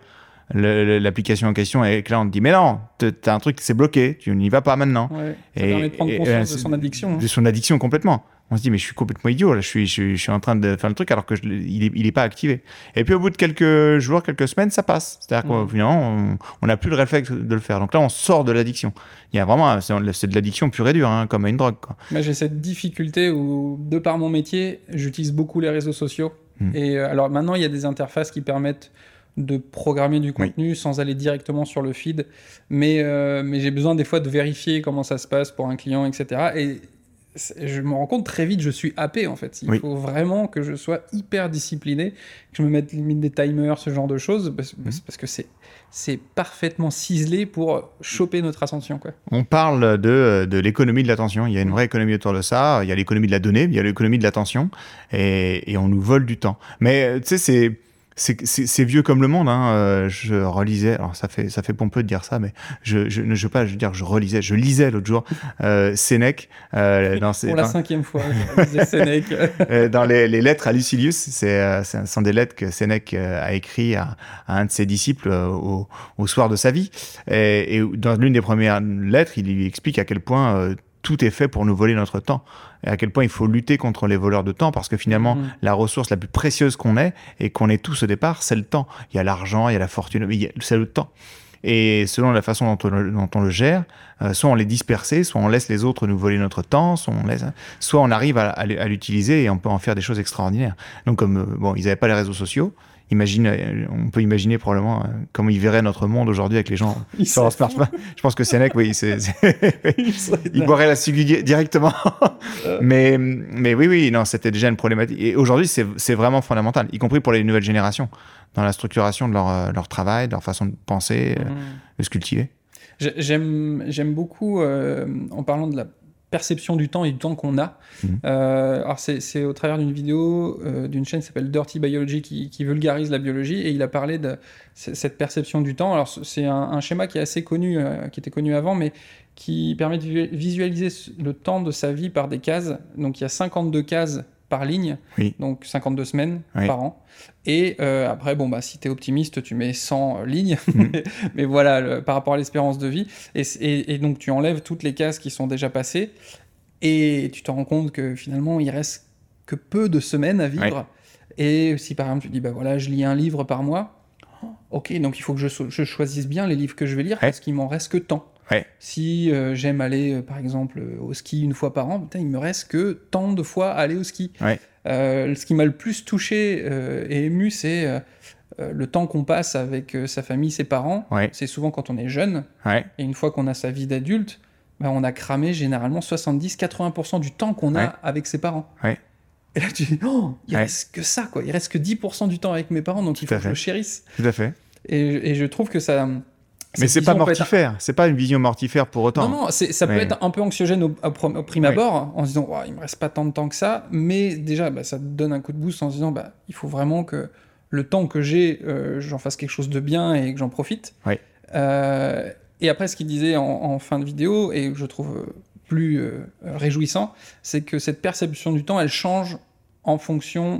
l'application en question et que là on te dit mais non, t'as un truc qui s'est bloqué, tu n'y vas pas maintenant. Ouais, ça permet de prendre conscience de son addiction. De son addiction complètement. On se dit mais je suis complètement idiot là, je suis en train de faire le truc alors que il est pas activé. Et puis au bout de quelques jours, quelques semaines, ça passe. C'est-à-dire qu'au finalement on n'a plus le réflexe de le faire. Donc là on sort de l'addiction. Il y a vraiment c'est de l'addiction pure et dure, hein, comme à une drogue, quoi. Moi j'ai cette difficulté où de par mon métier, j'utilise beaucoup les réseaux sociaux. Et alors maintenant il y a des interfaces qui permettent de programmer du contenu sans aller directement sur le feed, mais j'ai besoin des fois de vérifier comment ça se passe pour un client, etc. Et je me rends compte très vite, je suis happé en fait. Il faut vraiment que je sois hyper discipliné, que je me mette limite des timers, ce genre de choses, parce que c'est parfaitement ciselé pour choper notre attention, quoi. On parle de l'économie de l'attention. Il y a une vraie économie autour de ça. Il y a l'économie de la donnée, il y a l'économie de l'attention, et on nous vole du temps. Mais tu sais, c'est vieux comme le monde, hein. Je relisais, alors ça fait pompeux de dire ça, mais je lisais l'autre jour Sénèque pour la 5e fois, je lisais Sénèque. Dans les lettres à Lucilius. Ce sont des lettres que Sénèque a écrites à un de ses disciples au soir de sa vie. Et dans l'une des premières lettres, il lui explique à quel point tout est fait pour nous voler notre temps, et à quel point il faut lutter contre les voleurs de temps, parce que finalement, la ressource la plus précieuse qu'on ait, et qu'on ait tous au départ, c'est le temps. Il y a l'argent, il y a la fortune, mais c'est le temps. Et selon la façon dont on le gère, soit on les disperse, soit on laisse les autres nous voler notre temps, soit on arrive à l'utiliser et on peut en faire des choses extraordinaires. Donc comme ils n'avaient pas les réseaux sociaux, on peut imaginer probablement comment ils verraient notre monde aujourd'hui avec les gens sur leur smartphone. Je pense que Sénèque, il boirait la ciguë directement. mais oui, non, c'était déjà une problématique. Et aujourd'hui, c'est vraiment fondamental, y compris pour les nouvelles générations, dans la structuration de leur travail, de leur façon de penser, de se cultiver. J'aime beaucoup, en parlant de la perception du temps et du temps qu'on a. Alors c'est au travers d'une vidéo d'une chaîne qui s'appelle Dirty Biology qui vulgarise la biologie, et il a parlé de cette perception du temps. Alors c'est un schéma qui est assez connu, qui était connu avant, mais qui permet de visualiser le temps de sa vie par des cases. Donc il y a 52 cases par ligne, donc 52 semaines par an. Et après, si tu es optimiste, tu mets 100 lignes, mais voilà, par rapport à l'espérance de vie. Et donc, tu enlèves toutes les cases qui sont déjà passées, et tu te rends compte que finalement, il reste que peu de semaines à vivre. Et si par exemple, tu dis, je lis un livre par mois, ok, donc il faut que je choisisse bien les livres que je vais lire, parce qu'il m'en reste que tant. Si j'aime aller, par exemple, au ski une fois par an, il me reste que tant de fois aller au ski. Ce qui m'a le plus touché et ému, c'est le temps qu'on passe avec sa famille, ses parents. C'est souvent quand on est jeune. Et une fois qu'on a sa vie d'adulte, on a cramé généralement 70-80% du temps qu'on a avec ses parents. Et là, tu dis, il reste que ça, quoi. Il reste que 10% du temps avec mes parents, donc il faut que je le chérisse. Tout à fait. Et je trouve que ça... Mais c'est pas mortifère, c'est pas une vision mortifère pour autant. Non, ça peut être un peu anxiogène au prime abord, en se disant il me reste pas tant de temps que ça, mais déjà ça te donne un coup de boost en se disant il faut vraiment que le temps que j'ai, j'en fasse quelque chose de bien et que j'en profite. Et après, ce qu'il disait en fin de vidéo, et que je trouve plus réjouissant, c'est que cette perception du temps, elle change en fonction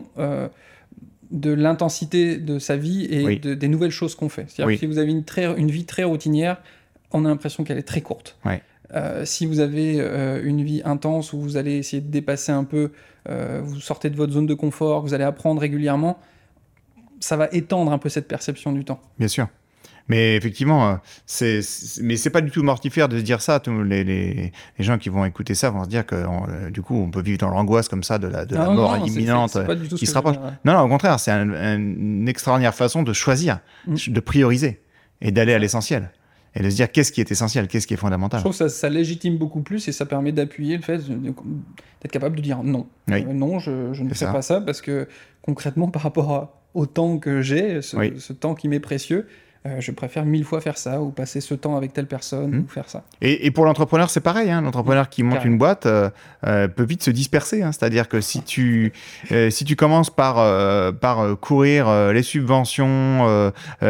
de l'intensité de sa vie et des nouvelles choses qu'on fait. C'est-à-dire que si vous avez une vie très routinière, on a l'impression qu'elle est très courte. Si vous avez une vie intense où vous allez essayer de dépasser un peu, vous sortez de votre zone de confort, vous allez apprendre régulièrement, ça va étendre un peu cette perception du temps. Bien sûr. Mais effectivement, mais c'est pas du tout mortifère de se dire ça. Les gens qui vont écouter ça vont se dire que du coup, on peut vivre dans l'angoisse comme ça de la mort imminente c'est pas du tout qui se rapproche. Non, au contraire, c'est une extraordinaire façon de choisir, de prioriser et d'aller à l'essentiel. Et de se dire qu'est-ce qui est essentiel, qu'est-ce qui est fondamental. Je trouve que ça légitime beaucoup plus, et ça permet d'appuyer le fait d'être capable de dire non. Non, je ne fais pas ça, parce que concrètement, par rapport au temps que j'ai, ce temps qui m'est précieux, je préfère 1000 fois faire ça, ou passer ce temps avec telle personne, ou faire ça. Et pour l'entrepreneur, c'est pareil. L'entrepreneur qui monte une boîte peut vite se disperser. C'est-à-dire que si tu commences par courir les subventions,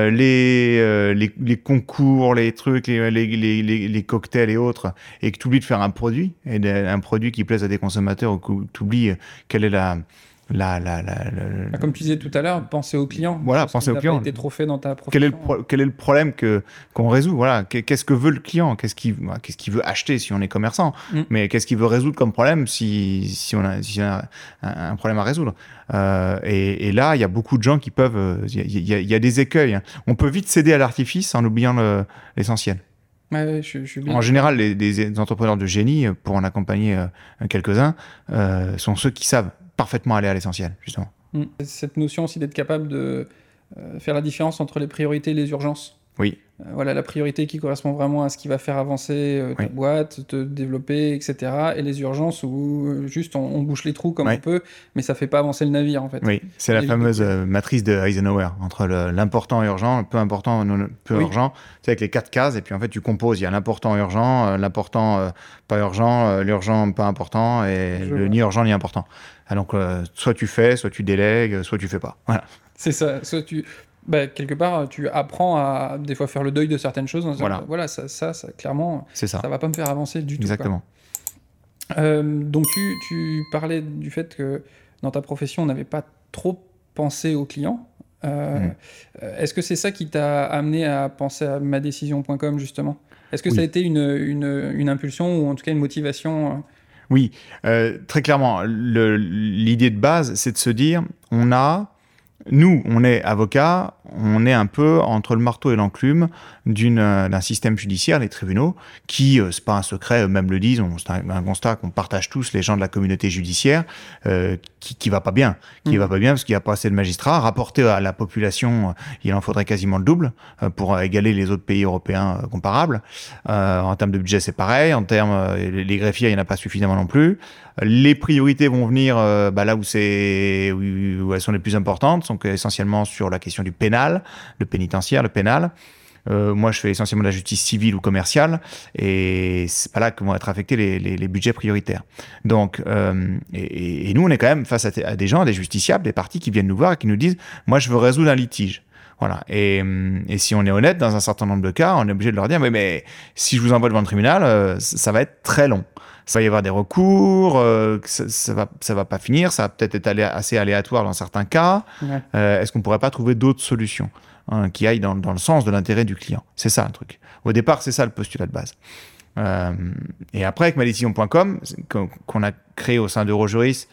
les concours, les trucs, les cocktails et autres, et que tu oublies de faire un produit qui plaise à des consommateurs, ou que tu oublies quelle est Comme tu disais tout à l'heure, penser au client. Voilà, penser au client. Pas été trop fait dans ta profession. Quel est le problème qu'on résout? Voilà, qu'est-ce que veut le client? Qu'est-ce qu'il veut acheter si on est commerçant? Mais qu'est-ce qu'il veut résoudre comme problème si on a un problème à résoudre? Et là, il y a beaucoup de gens qui peuvent. Il y a des écueils, hein. On peut vite céder à l'artifice en oubliant l'essentiel. Ouais, je suis bien. En général, les entrepreneurs de génie, pour en accompagner quelques-uns, sont ceux qui savent parfaitement aller à l'essentiel, justement. Cette notion aussi d'être capable de faire la différence entre les priorités et les urgences. Oui. Voilà, la priorité qui correspond vraiment à ce qui va faire avancer ta boîte, te développer, etc. Et les urgences où juste on bouche les trous comme on peut, mais ça fait pas avancer le navire, en fait. Oui, c'est la fameuse matrice de Eisenhower, entre l'important et urgent, le peu important et peu urgent. C'est avec les 4 cases, et puis en fait tu composes, il y a l'important urgent, l'important pas urgent, l'urgent pas important, et ni urgent ni important. Ah, donc soit tu fais, soit tu délègues, soit tu fais pas. Voilà. C'est ça, soit tu... quelque part, tu apprends à des fois faire le deuil de certaines choses. Voilà, ça clairement, ça va pas me faire avancer du tout. Exactement. Donc tu parlais du fait que dans ta profession, on n'avait pas trop pensé aux clients. Est-ce que c'est ça qui t'a amené à penser à madécision.com, justement? Est-ce que ça a été une impulsion ou en tout cas une motivation Oui, très clairement. L'idée de base, c'est de se dire, nous, on est avocats, on est un peu entre le marteau et l'enclume d'un système judiciaire, les tribunaux, qui, c'est pas un secret, eux-mêmes le disent, c'est un constat qu'on partage tous, les gens de la communauté judiciaire, qui va pas bien. Qui va pas bien parce qu'il n'y a pas assez de magistrats. Rapporté à la population, il en faudrait quasiment le double pour égaler les autres pays européens comparables. En termes de budget, c'est pareil. En termes, les greffiers, il n'y en a pas suffisamment non plus. Les priorités vont venir là où elles sont les plus importantes, donc essentiellement sur la question du pénal, le pénitentiaire, le pénal. Moi, je fais essentiellement de la justice civile ou commerciale, et c'est pas là que vont être affectés les budgets prioritaires. Donc, et nous, on est quand même face à des gens, des justiciables, des parties qui viennent nous voir et qui nous disent « Moi, je veux résoudre un litige ». Voilà. Et si on est honnête, dans un certain nombre de cas, on est obligé de leur dire mais si je vous envoie devant le tribunal, ça va être très long. Ça va y avoir des recours, ça va pas finir, ça va peut-être être assez aléatoire dans certains cas. Est-ce qu'on pourrait pas trouver d'autres solutions qui aillent dans le sens de l'intérêt du client? C'est ça le truc. Au départ, c'est ça le postulat de base. Et après, avec madécision.com, qu'on a créé au sein d'Eurojuris,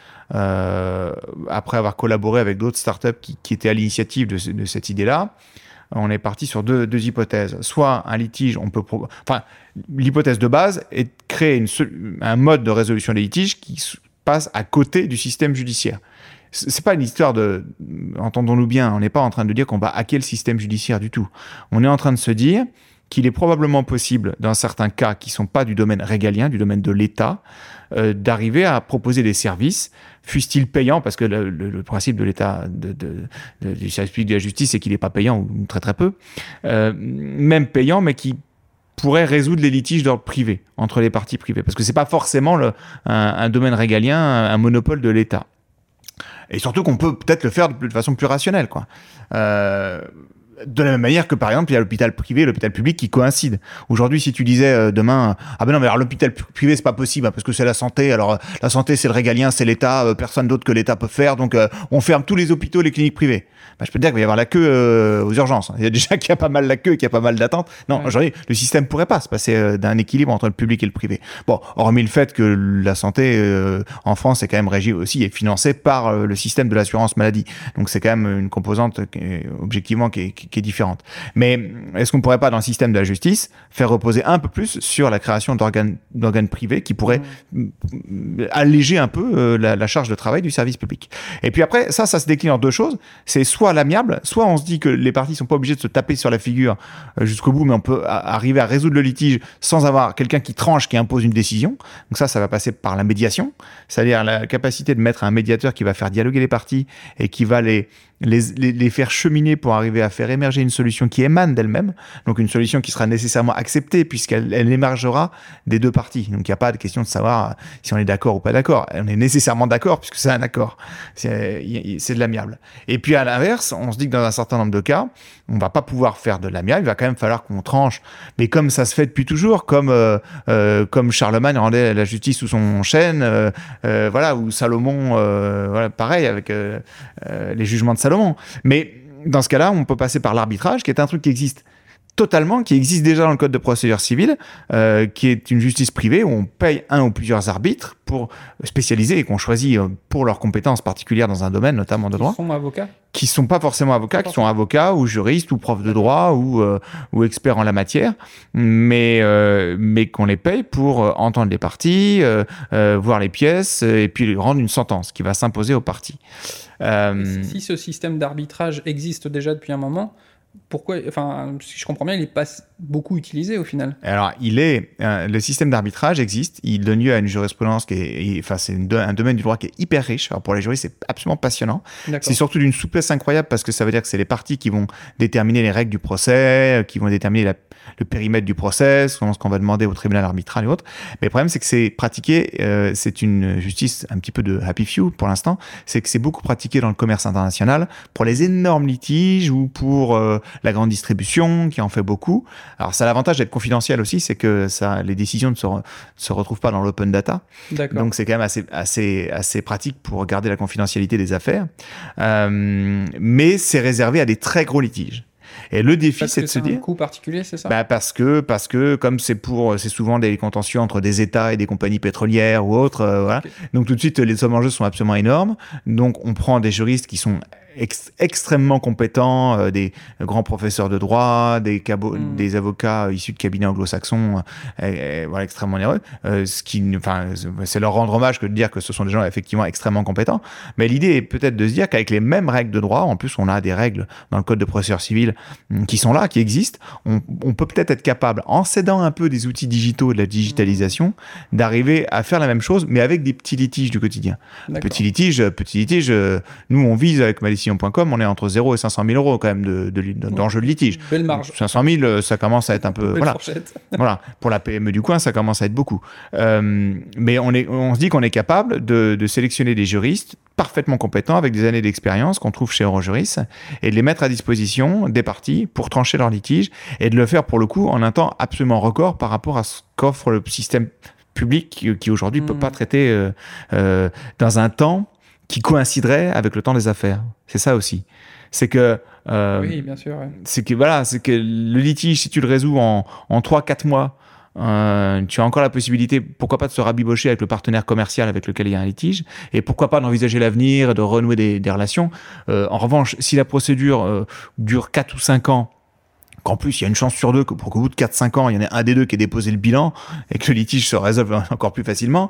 après avoir collaboré avec d'autres startups qui étaient à l'initiative de cette idée-là, on est parti sur deux hypothèses. Soit un litige, l'hypothèse de base est de créer un mode de résolution des litiges qui passe à côté du système judiciaire. C'est pas une histoire entendons-nous bien, on n'est pas en train de dire qu'on va hacker le système judiciaire du tout. On est en train de se dire qu'il est probablement possible, dans certains cas qui ne sont pas du domaine régalien, du domaine de l'État, d'arriver à proposer des services, fussent-ils payants, parce que le principe de l'État, du service public de la justice, c'est qu'il n'est pas payant, ou très très peu, même payant, mais qui pourrait résoudre les litiges d'ordre privé, entre les parties privées, parce que ce n'est pas forcément un domaine régalien, un monopole de l'État. Et surtout qu'on peut peut-être le faire de façon plus rationnelle, quoi. De la même manière que, par exemple, il y a l'hôpital privé et l'hôpital public qui coïncident. Aujourd'hui, si tu disais demain, ah ben non, mais alors l'hôpital privé, c'est pas possible, parce que c'est la santé. Alors, la santé, c'est le régalien, c'est l'État, personne d'autre que l'État peut faire. Donc, on ferme tous les hôpitaux, les cliniques privées. Je peux te dire qu'il va y avoir la queue aux urgences. Il y a déjà qu'il y a pas mal la queue, qu'il y a pas mal d'attentes. Non, aujourd'hui, le système pourrait pas se passer d'un équilibre entre le public et le privé. Bon, hormis le fait que la santé en France est quand même régie aussi et financée par le système de l'assurance maladie. Donc, c'est quand même une composante objectivement qui est différente. Mais est-ce qu'on ne pourrait pas, dans le système de la justice, faire reposer un peu plus sur la création d'organes privés qui pourraient alléger un peu la charge de travail du service public? Et puis après, ça se décline en deux choses. C'est soit à l'amiable, soit on se dit que les parties ne sont pas obligées de se taper sur la figure jusqu'au bout, mais on peut arriver à résoudre le litige sans avoir quelqu'un qui tranche, qui impose une décision. Donc ça va passer par la médiation, c'est-à-dire la capacité de mettre un médiateur qui va faire dialoguer les parties et qui va les faire cheminer pour arriver à faire émerger émerger une solution qui émane d'elle-même, donc une solution qui sera nécessairement acceptée puisqu'elle émergera des deux parties. Donc il n'y a pas de question de savoir si on est d'accord ou pas d'accord. On est nécessairement d'accord puisque c'est un accord. C'est de l'amiable. Et puis à l'inverse, on se dit que dans un certain nombre de cas, on va pas pouvoir faire de l'amiable, il va quand même falloir qu'on tranche. Mais comme ça se fait depuis toujours, comme Charlemagne rendait la justice sous son chêne, voilà, ou Salomon, voilà, pareil avec les jugements de Salomon. Mais dans ce cas-là, on peut passer par l'arbitrage, qui est un truc qui existe totalement, qui existe déjà dans le code de procédure civile, qui est une justice privée où on paye un ou plusieurs arbitres pour spécialiser et qu'on choisit pour leurs compétences particulières dans un domaine, notamment de droit. Qui sont avocats ? Qui sont pas forcément avocats, qui sont avocats ou juristes ou profs de droit ou experts en la matière, mais qu'on les paye pour entendre les parties, voir les pièces et puis rendre une sentence qui va s'imposer aux parties. Si ce système d'arbitrage existe déjà depuis un moment, pourquoi, enfin, si je comprends bien, il n'est pas beaucoup utilisé au final. Alors, le système d'arbitrage existe, il donne lieu à une jurisprudence c'est un domaine du droit qui est hyper riche. Alors pour les juristes, c'est absolument passionnant. C'est surtout d'une souplesse incroyable parce que ça veut dire que c'est les parties qui vont déterminer les règles du procès, qui vont déterminer le périmètre du procès, ce qu'on va demander au tribunal arbitral et autres. Mais le problème, c'est que c'est pratiqué, c'est une justice un petit peu de happy few pour l'instant, c'est que c'est beaucoup pratiqué dans le commerce international pour les énormes litiges ou pour la grande distribution qui en fait beaucoup. Alors ça a l'avantage d'être confidentiel aussi, c'est que les décisions ne se retrouvent pas dans l'open data. Donc c'est quand même assez pratique pour garder la confidentialité des affaires. Mais c'est réservé à des très gros litiges. Et le défi, c'est de se dire. Un coût particulier, c'est ça ? Parce que comme c'est souvent des contentieux entre des États et des compagnies pétrolières ou autres, voilà. Okay. Donc tout de suite, les sommes en jeu sont absolument énormes. Donc on prend des juristes qui sont extrêmement compétents, des grands professeurs de droit, des avocats issus de cabinets anglo-saxons, voilà, extrêmement onéreux. C'est leur rendre hommage que de dire que ce sont des gens effectivement extrêmement compétents. Mais l'idée est peut-être de se dire qu'avec les mêmes règles de droit, en plus on a des règles dans le code de procédure civile qui sont là, qui existent, on peut peut-être être capable, en s'aidant un peu des outils digitaux et de la digitalisation, d'arriver à faire la même chose, mais avec des petits litiges du quotidien. Petits litiges, nous on vise avec Malice.com, on est entre 0 et 500 000 euros quand même d'enjeux de litige. Belle marge. 500 000, ça commence à être un peu... Voilà. Pour la PME du coin, ça commence à être beaucoup. Mais on se dit qu'on est capable de sélectionner des juristes parfaitement compétents avec des années d'expérience qu'on trouve chez Eurojuris et de les mettre à disposition des parties pour trancher leurs litiges et de le faire pour le coup en un temps absolument record par rapport à ce qu'offre le système public qui aujourd'hui ne peut pas traiter dans un temps qui coïnciderait avec le temps des affaires. C'est ça aussi. C'est que oui, bien sûr. Ouais. C'est que le litige, si tu le résous en 3-4 mois, tu as encore la possibilité, pourquoi pas, de se rabibocher avec le partenaire commercial avec lequel il y a un litige, et pourquoi pas d'envisager l'avenir, de renouer des relations. En revanche, si la procédure dure 4 ou 5 ans, qu'en plus il y a une chance sur deux pour qu'au bout de 4-5 ans, il y en ait un des deux qui ait déposé le bilan et que le litige se résolve encore plus facilement,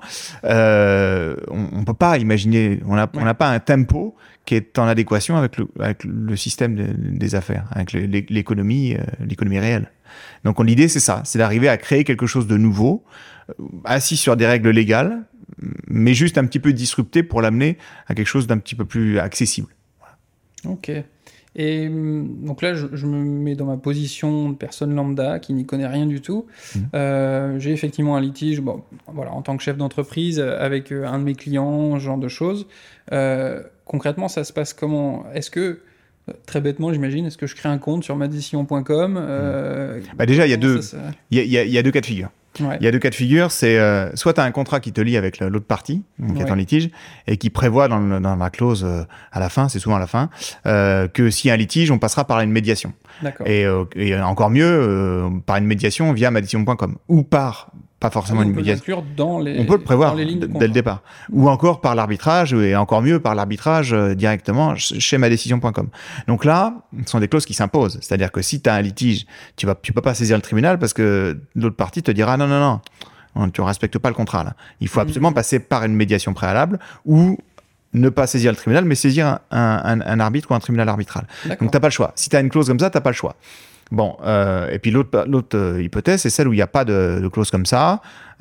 on peut pas imaginer, on n'a pas un tempo qui est en adéquation avec le système des affaires, avec l'économie réelle. Donc l'idée, c'est ça, c'est d'arriver à créer quelque chose de nouveau, assis sur des règles légales, mais juste un petit peu disrupté pour l'amener à quelque chose d'un petit peu plus accessible. Voilà. Ok. Et donc là, je me mets dans ma position de personne lambda qui n'y connaît rien du tout. J'ai effectivement un litige, voilà, en tant que chef d'entreprise, avec un de mes clients, ce genre de choses. Concrètement, ça se passe comment ? Est-ce que, très bêtement, j'imagine, est-ce que je crée un compte sur madecision.com Déjà, il y a deux cas de figure. Ouais. Il y a deux cas de figure, c'est soit tu as un contrat qui te lie avec l'autre partie, qui est en litige, et qui prévoit dans la clause à la fin, c'est souvent à la fin, que s'il y a un litige, on passera par une médiation. D'accord. Et encore mieux, par une médiation via Madecision.com, ou pas forcément une médiation. On peut le prévoir dès le départ. Ou encore par l'arbitrage, et encore mieux par l'arbitrage directement chez madecision.com. Donc là, ce sont des clauses qui s'imposent. C'est-à-dire que si tu as un litige, tu peux pas saisir le tribunal parce que l'autre partie te dira non, tu ne respectes pas le contrat. Là. Il faut absolument passer par une médiation préalable ou ne pas saisir le tribunal, mais saisir un arbitre ou un tribunal arbitral. Donc tu n'as pas le choix. Si tu as une clause comme ça, tu n'as pas le choix. Bon, et puis l'autre hypothèse, c'est celle où il n'y a pas de clause comme ça,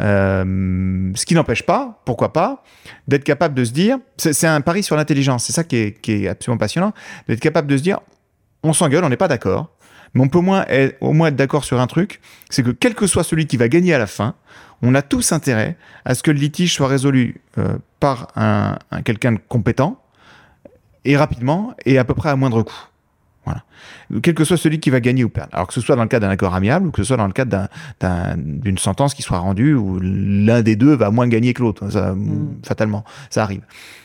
ce qui n'empêche pas, pourquoi pas, d'être capable de se dire, c'est un pari sur l'intelligence, c'est ça qui est absolument passionnant, d'être capable de se dire, on s'engueule, on n'est pas d'accord, mais on peut au moins être d'accord sur un truc, c'est que quel que soit celui qui va gagner à la fin, on a tous intérêt à ce que le litige soit résolu par quelqu'un de compétent et rapidement et à peu près à moindre coût. Voilà. Quel que soit celui qui va gagner ou perdre. Alors que ce soit dans le cadre d'un accord amiable ou que ce soit dans le cadre d'une sentence qui soit rendue où l'un des deux va moins gagner que l'autre. Fatalement, ça arrive.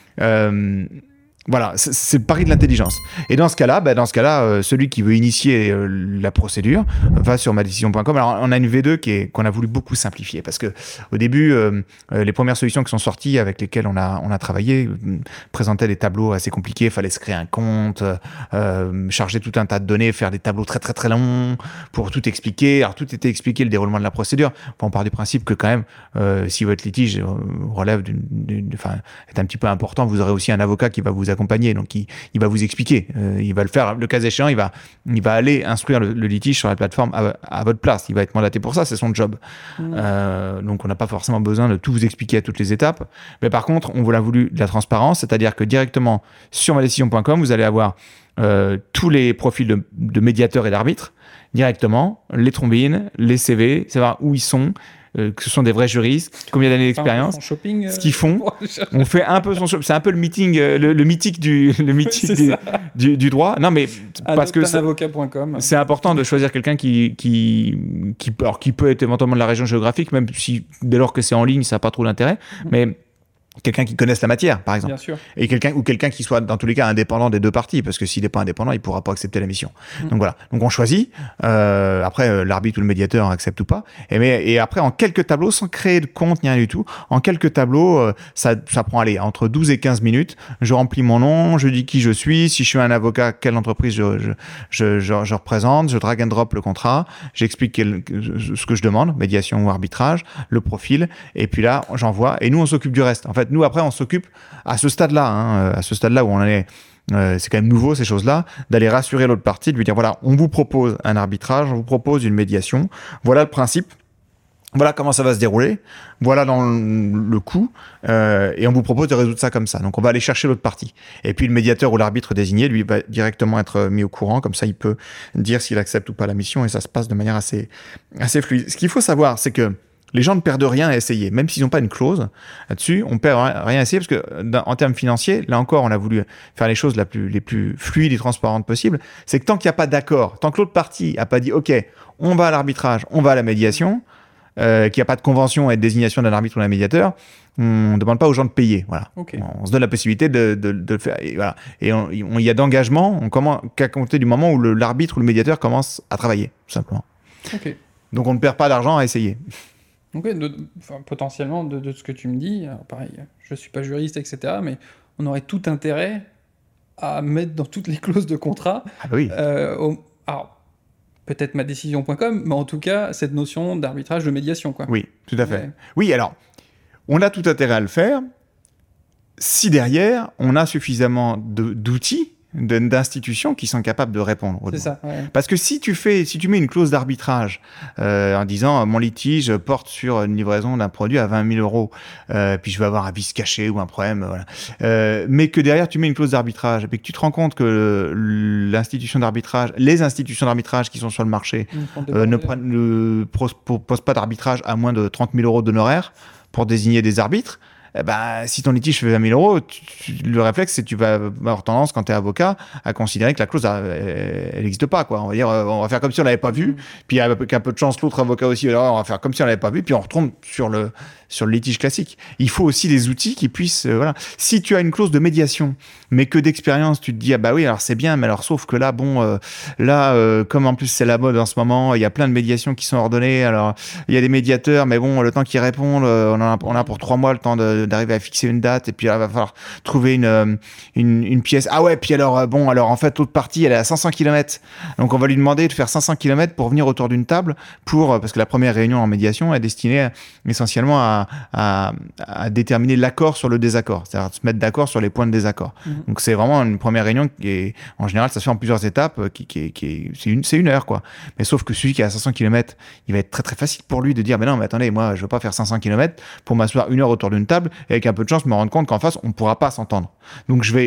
Voilà, c'est le pari de l'intelligence. Et dans ce cas-là, celui qui veut initier la procédure va sur madécision.com. Alors, on a une V2 qu'on a voulu beaucoup simplifier parce que au début, les premières solutions qui sont sorties avec lesquelles on a travaillé présentaient des tableaux assez compliqués. Il fallait se créer un compte, charger tout un tas de données, faire des tableaux très très très longs pour tout expliquer. Alors, tout était expliqué, le déroulement de la procédure. On part du principe que quand même, si votre litige relève est un petit peu important, vous aurez aussi un avocat qui va vous accompagner, donc il va vous expliquer, il va le faire, le cas échéant, il va aller instruire le litige sur la plateforme à votre place, il va être mandaté pour ça, c'est son job. Donc on n'a pas forcément besoin de tout vous expliquer à toutes les étapes, mais par contre on a voulu de la transparence, c'est-à-dire que directement sur madécision.com vous allez avoir tous les profils de médiateurs et d'arbitres directement, les trombines, les CV, savoir où ils sont, que ce sont des vrais juristes, combien d'années d'expérience, ce qu'ils font. On fait un peu son shopping. C'est un peu le meeting, le mythique du droit. Non, mais parce que c'est important de choisir quelqu'un qui peut être éventuellement de la région géographique, même si dès lors que c'est en ligne, ça n'a pas trop d'intérêt. Mais quelqu'un qui connaisse la matière, par exemple. Bien sûr. Et quelqu'un qui soit, dans tous les cas, indépendant des deux parties, parce que s'il n'est pas indépendant, il ne pourra pas accepter la mission. Donc voilà. Donc on choisit. Après, l'arbitre ou le médiateur accepte ou pas. Et après, en quelques tableaux, sans créer de compte, ni rien du tout, en quelques tableaux, ça prend, entre 12 et 15 minutes. Je remplis mon nom, je dis qui je suis, si je suis un avocat, quelle entreprise je représente, je drag and drop le contrat, j'explique ce que je demande, médiation ou arbitrage, le profil, et puis là, j'envoie. Et nous, on s'occupe du reste. En fait, nous, après, on s'occupe à ce stade-là, où on en est, c'est quand même nouveau, ces choses-là, d'aller rassurer l'autre partie, de lui dire, voilà, on vous propose un arbitrage, on vous propose une médiation, voilà le principe, voilà comment ça va se dérouler, voilà dans le coût, et on vous propose de résoudre ça comme ça. Donc, on va aller chercher l'autre partie. Et puis, le médiateur ou l'arbitre désigné, lui, va directement être mis au courant, comme ça, il peut dire s'il accepte ou pas la mission, et ça se passe de manière assez fluide. Ce qu'il faut savoir, c'est que les gens ne perdent rien à essayer, même s'ils n'ont pas une clause là-dessus, on ne perd rien à essayer parce que en termes financiers, là encore, on a voulu faire les choses les plus fluides et transparentes possibles. C'est que tant qu'il n'y a pas d'accord, tant que l'autre partie n'a pas dit OK, on va à l'arbitrage, on va à la médiation, qu'il n'y a pas de convention et de désignation d'un arbitre ou d'un médiateur, on ne demande pas aux gens de payer. Voilà. Okay. On se donne la possibilité de le faire. Et voilà. Et il y a d'engagement, qu'à compter du moment où l'arbitre ou le médiateur commence à travailler, tout simplement. Okay. Donc on ne perd pas d'argent à essayer. Donc, potentiellement, de ce que tu me dis, alors pareil, je ne suis pas juriste, etc., mais on aurait tout intérêt à mettre dans toutes les clauses de contrat, oui. Alors, peut-être madécision.com, mais en tout cas, cette notion d'arbitrage, de médiation, quoi. Oui, tout à fait. Ouais. Oui, alors, on a tout intérêt à le faire si derrière, on a suffisamment d'outils, d'institutions qui sont capables de répondre. C'est ça, ouais. Parce que si tu mets une clause d'arbitrage en disant mon litige porte sur une livraison d'un produit à 20 000 euros, puis je vais avoir un vice caché ou un problème, voilà. Mais que derrière tu mets une clause d'arbitrage et que tu te rends compte que les institutions d'arbitrage qui sont sur le marché ne posent pas d'arbitrage à moins de 30 000 euros d'honoraires pour désigner des arbitres. Si ton litige fait 20 000 euros, le réflexe, c'est que tu vas avoir tendance, quand tu es avocat, à considérer que la clause, elle n'existe pas, quoi. On va dire, on va faire comme si on l'avait pas vu, puis avec un peu de chance, l'autre avocat aussi, alors on va faire comme si on l'avait pas vu, puis on retombe sur le litige classique. Il faut aussi des outils qui puissent, voilà. Si tu as une clause de médiation, mais que d'expérience, tu te dis, ah bah oui, alors c'est bien, mais alors sauf que là, comme en plus c'est la mode en ce moment, il y a plein de médiations qui sont ordonnées, alors il y a des médiateurs, mais bon, le temps qu'ils répondent, on a pour 3 mois le temps d'arriver à fixer une date, et puis là, il va falloir trouver une pièce. Ah ouais, puis alors, alors en fait, l'autre partie, elle est à 500 km. Donc on va lui demander de faire 500 km pour venir autour d'une table, parce que la première réunion en médiation est destinée essentiellement à déterminer l'accord sur le désaccord, c'est-à-dire se mettre d'accord sur les points de désaccord. Donc c'est vraiment une première réunion qui est, en général, ça se fait en plusieurs étapes, c'est une heure, quoi. Mais sauf que celui qui est à 500 km, il va être très très facile pour lui de dire, mais non, mais attendez, moi je veux pas faire 500 km pour m'asseoir une heure autour d'une table et avec un peu de chance me rendre compte qu'en face on pourra pas s'entendre. Donc je vais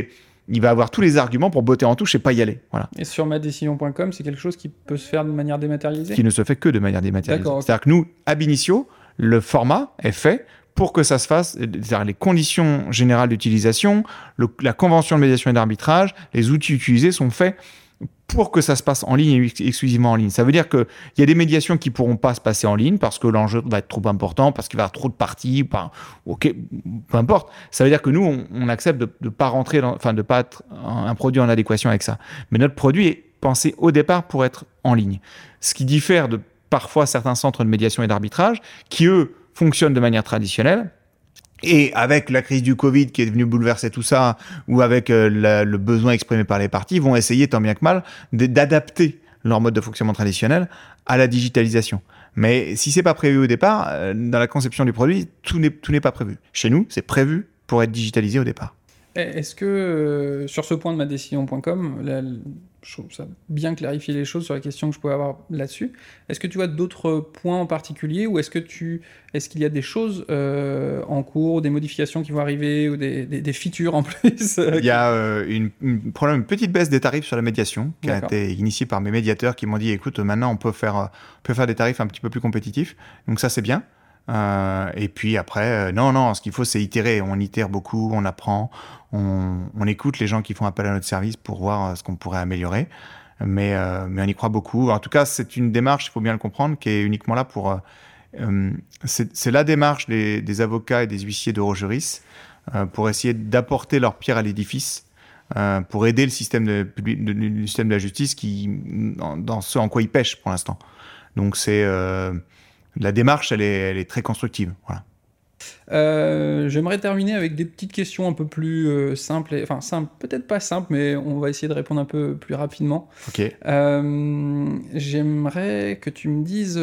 il va avoir tous les arguments pour botter en touche et pas y aller. Voilà. Et sur madecision.com, c'est quelque chose qui peut se faire de manière dématérialisée ? Qui ne se fait que de manière dématérialisée. D'accord, okay. C'est-à-dire que nous, ab initio, le format est fait pour que ça se fasse, c'est-à-dire les conditions générales d'utilisation, la convention de médiation et d'arbitrage, les outils utilisés sont faits pour que ça se passe en ligne et exclusivement en ligne. Ça veut dire qu'il y a des médiations qui ne pourront pas se passer en ligne parce que l'enjeu va être trop important, parce qu'il va y avoir trop de parties, ok, peu importe. Ça veut dire que nous, on accepte de ne pas rentrer, de ne pas être un produit en adéquation avec ça. Mais notre produit est pensé au départ pour être en ligne. Ce qui diffère de parfois certains centres de médiation et d'arbitrage qui, eux, fonctionnent de manière traditionnelle. Et avec la crise du Covid qui est venue bouleverser tout ça, ou avec le besoin exprimé par les parties, vont essayer tant bien que mal d'adapter leur mode de fonctionnement traditionnel à la digitalisation. Mais si c'est pas prévu au départ, dans la conception du produit, tout n'est pas prévu. Chez nous, c'est prévu pour être digitalisé au départ. Est-ce que, sur ce point de madecision.com, je trouve ça bien clarifier les choses sur la question que je pouvais avoir là-dessus, est-ce que tu vois d'autres points en particulier ou est-ce qu'il y a des choses en cours, des modifications qui vont arriver ou des features en plus Il y a une petite baisse des tarifs sur la médiation qui a été initiée par mes médiateurs qui m'ont dit écoute, maintenant on peut faire des tarifs un petit peu plus compétitifs, donc ça c'est bien. Et puis après, non, ce qu'il faut, c'est itérer. On itère beaucoup, on apprend, on écoute les gens qui font appel à notre service pour voir ce qu'on pourrait améliorer. Mais on y croit beaucoup. En tout cas, c'est une démarche, il faut bien le comprendre, qui est uniquement là pour... c'est la démarche des avocats et des huissiers d'Eurojuris pour essayer d'apporter leur pierre à l'édifice, pour aider le système de la justice dans ce en quoi il pêche pour l'instant. Donc c'est... la démarche, elle est très constructive. Voilà. J'aimerais terminer avec des petites questions un peu plus simples. Enfin, simples, peut-être pas simples, mais on va essayer de répondre un peu plus rapidement. Ok. J'aimerais que tu me dises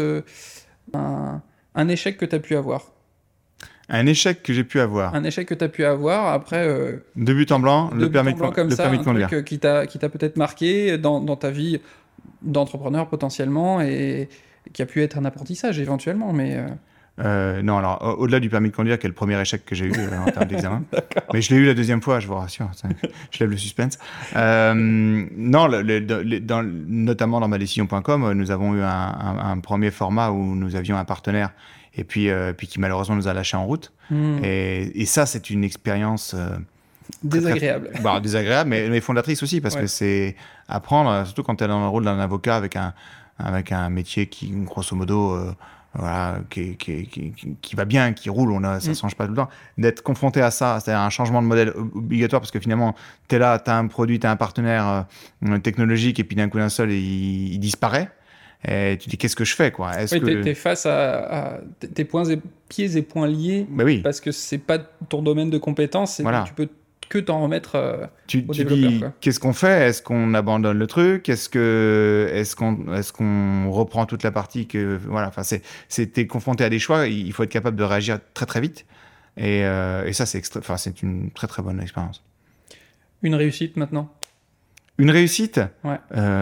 un échec que tu as pu avoir. Un échec que j'ai pu avoir. Un échec que tu as pu avoir après... de but en blanc, le permis de conduire. Un truc qui t'a peut-être marqué dans ta vie d'entrepreneur potentiellement et qui a pu être un apprentissage éventuellement, mais... Non, alors au-delà du permis de conduire, qui est le premier échec que j'ai eu en termes d'examen, mais je l'ai eu la deuxième fois, je vous rassure, je lève le suspense. Non, notamment dans madecision.com, nous avons eu un premier format où nous avions un partenaire et puis qui malheureusement nous a lâchés en route. Et ça, c'est une expérience... désagréable. Désagréable, mais fondatrice aussi, parce que c'est apprendre, surtout quand tu es dans le rôle d'un avocat avec un métier qui, grosso modo, qui va bien, qui roule, ça ne change pas tout le temps, d'être confronté à ça, c'est-à-dire un changement de modèle obligatoire, parce que finalement, tu es là, tu as un produit, tu as un partenaire technologique, et puis d'un coup d'un seul, il disparaît. Et tu dis, qu'est-ce que je fais, quoi? T'es face à tes pieds et poings liés, parce que c'est pas ton domaine de compétence, tu peux que t'en remettre au développeur. Dis, qu'est-ce qu'on fait? Est-ce qu'on abandonne le truc? Est-ce qu'on reprend toute la partie t'es confronté à des choix, il faut être capable de réagir très très vite. Et ça, c'est une très très bonne expérience. Une réussite maintenant? Une réussite? Ouais.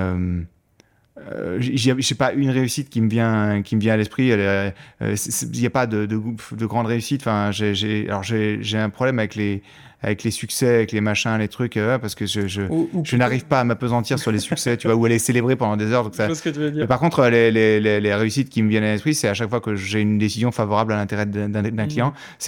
Je sais pas une réussite qui me vient à l'esprit. Il n'y a pas de grande réussite. Enfin, j'ai un problème avec les succès, avec les machins, les trucs, parce que je n'arrive pas à m'apesantir sur les succès, tu vois, où aller célébrer pendant des heures. Donc ça... Je vois ce que tu veux dire. Mais par contre, les réussites qui me viennent à l'esprit, c'est à chaque fois que j'ai une décision favorable à l'intérêt d'un client. C'est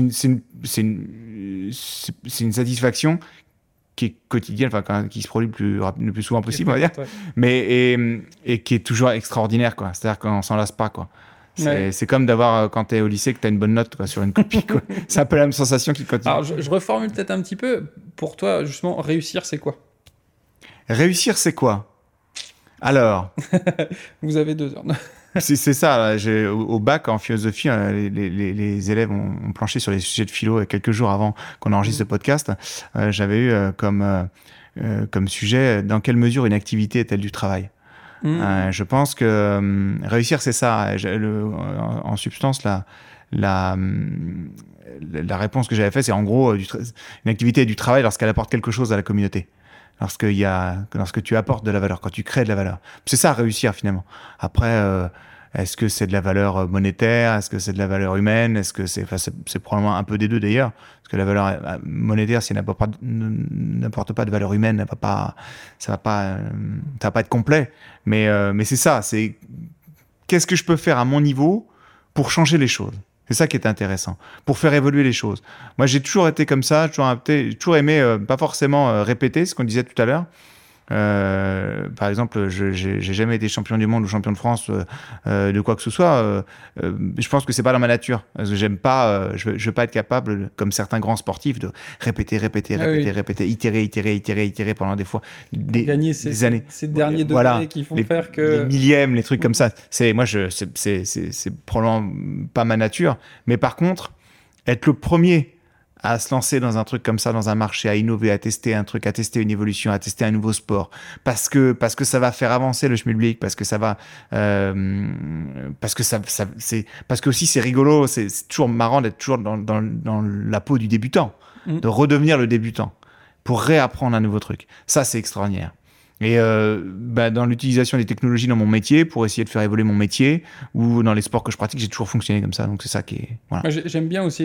une satisfaction qui est quotidienne, qui se produit le plus souvent possible, on va dire, mais et qui est toujours extraordinaire, quoi. C'est-à-dire qu'on s'en lasse pas, quoi. C'est comme d'avoir, quand tu es au lycée, que tu as une bonne note, quoi, sur une copie, quoi. C'est un peu la même sensation qui continue. Alors, je reformule peut-être un petit peu. Pour toi, justement, réussir, c'est quoi? Réussir, c'est quoi? Alors... Vous avez 2 heures. C'est ça, là, au bac en philosophie, les élèves ont planché sur les sujets de philo quelques jours avant qu'on enregistre ce podcast. J'avais eu comme sujet, dans quelle mesure une activité est-elle du travail? Je pense que réussir, c'est ça. En substance, la réponse que j'avais faite, c'est en gros, une activité est du travail lorsqu'elle apporte quelque chose à la communauté. Lorsque tu apportes de la valeur, quand tu crées de la valeur. C'est ça, réussir, finalement. Après, Est-ce que c'est de la valeur monétaire? Est-ce que c'est de la valeur humaine? Est-ce que c'est probablement un peu des deux d'ailleurs, parce que la valeur monétaire, si elle n'apporte pas de valeur humaine, ça va pas être complet. Mais c'est ça, c'est qu'est-ce que je peux faire à mon niveau pour changer les choses? C'est ça qui est intéressant, pour faire évoluer les choses. Moi, j'ai toujours été comme ça, toujours aimé, pas forcément répéter ce qu'on disait tout à l'heure. Par exemple, j'ai jamais été champion du monde ou champion de France de quoi que ce soit. Je pense que c'est pas dans ma nature. Parce que j'aime pas, je veux pas être capable, comme certains grands sportifs, de répéter, itérer pendant des fois, des années. Ces derniers degrés qui font faire que les millièmes, les trucs comme ça. C'est probablement pas ma nature. Mais par contre, être le premier à se lancer dans un truc comme ça, dans un marché, à innover, à tester un truc, à tester une évolution, à tester un nouveau sport, parce que ça va faire avancer le schmilblick, parce que ça va, parce que aussi c'est rigolo, c'est toujours marrant d'être toujours dans la peau du débutant, de redevenir le débutant, pour réapprendre un nouveau truc. Ça, c'est extraordinaire. Et dans l'utilisation des technologies dans mon métier, pour essayer de faire évoluer mon métier, ou dans les sports que je pratique, j'ai toujours fonctionné comme ça, donc c'est ça qui est... Voilà. Moi, j'aime bien aussi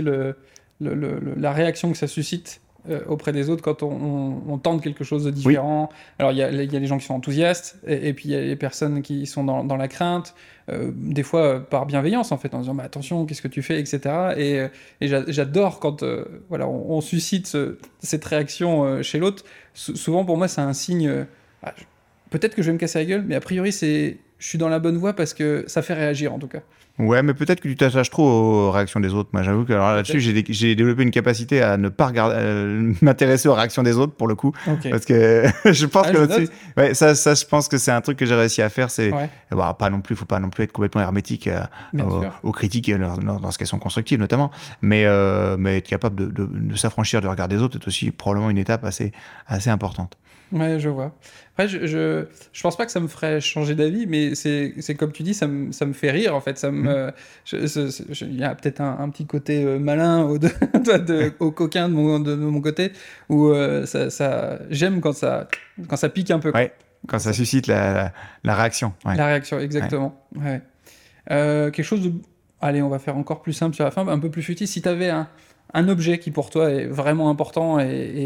la réaction que ça suscite auprès des autres quand on tente quelque chose de différent. Oui. Alors, il y a les gens qui sont enthousiastes, et puis il y a les personnes qui sont dans la crainte, des fois par bienveillance, en fait, en disant attention, qu'est-ce que tu fais, etc. Et j'adore quand on suscite cette réaction chez l'autre. Souvent, pour moi, c'est un signe... peut-être que je vais me casser la gueule, mais a priori, je suis dans la bonne voie parce que ça fait réagir, en tout cas. Ouais, mais peut-être que tu t'attaches trop aux réactions des autres. Moi, j'avoue que là-dessus, j'ai développé une capacité à ne pas m'intéresser aux réactions des autres, pour le coup. Okay. Parce que je pense que là-dessus... Ouais, ça, je pense que c'est un truc que j'ai réussi à faire. C'est faut pas non plus être complètement hermétique aux critiques lorsqu'elles sont constructives, notamment. Mais être capable de s'affranchir du regard des autres est aussi probablement une étape assez importante. Ouais, je vois. Après, je pense pas que ça me ferait changer d'avis, mais c'est comme tu dis, ça me fait rire, en fait. Il y a peut-être un petit côté malin au coquin de mon côté, où j'aime quand ça pique un peu. Ouais, quand ça suscite la réaction. Ouais. La réaction, exactement. Ouais. Quelque chose de... Allez, on va faire encore plus simple sur la fin, un peu plus futile. Si tu avais un objet qui, pour toi, est vraiment important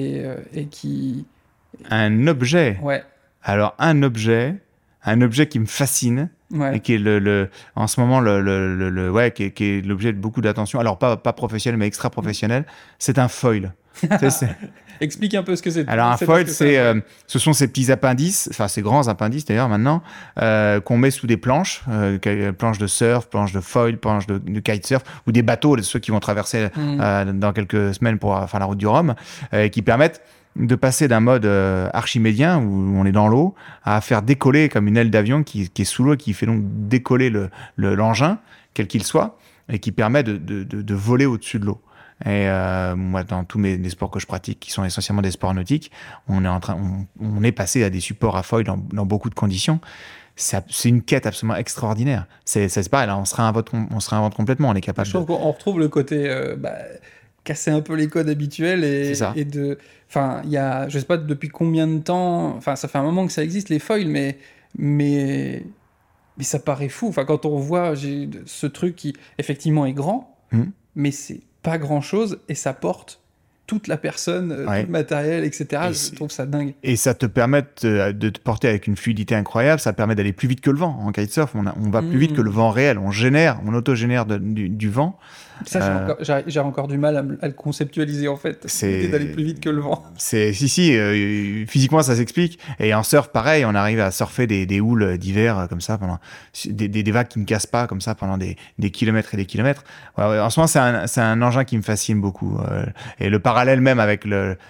et qui... Un objet. Ouais. Alors, un objet qui me fascine, et qui est en ce moment qui est l'objet de beaucoup d'attention. Alors, pas professionnel, mais extra-professionnel. C'est un foil. Explique un peu ce que c'est. Alors, un foil, ce sont ces petits appendices, enfin, ces grands appendices d'ailleurs maintenant, qu'on met sous des planches, planches de surf, planches de foil, planches de kitesurf, ou des bateaux, ceux qui vont traverser dans quelques semaines pour faire la route du Rhum, qui permettent de passer d'un mode archimédien où on est dans l'eau à faire décoller comme une aile d'avion qui est sous l'eau, qui fait donc décoller l'engin, quel qu'il soit, et qui permet de voler au-dessus de l'eau. Et moi, dans tous les sports que je pratique, qui sont essentiellement des sports nautiques, on est passé à des supports à foil dans beaucoup de conditions. C'est une quête absolument extraordinaire. C'est pareil, là, on se réinvente complètement. On est capable. Je trouve qu'on retrouve le côté casser un peu les codes habituels et de... Enfin, il y a... Je sais pas depuis combien de temps... Enfin, ça fait un moment que ça existe, les foils, mais ça paraît fou. Enfin, quand on voit ce truc qui, effectivement, est grand, mais c'est pas grand-chose et ça porte toute la personne, tout le matériel, etc. Je trouve ça dingue. Et ça te permet de te porter avec une fluidité incroyable. Ça permet d'aller plus vite que le vent. En kitesurf, on va plus vite que le vent réel. On autogénère du vent. Ça, j'ai encore du mal à le conceptualiser, en fait. L'idée d'aller plus vite que le vent. Physiquement, ça s'explique. Et en surf, pareil, on arrive à surfer des houles d'hiver comme ça, pendant des vagues qui ne cassent pas comme ça pendant des kilomètres et des kilomètres. Ouais, en ce moment, c'est un engin qui me fascine beaucoup. Et le parallèle même avec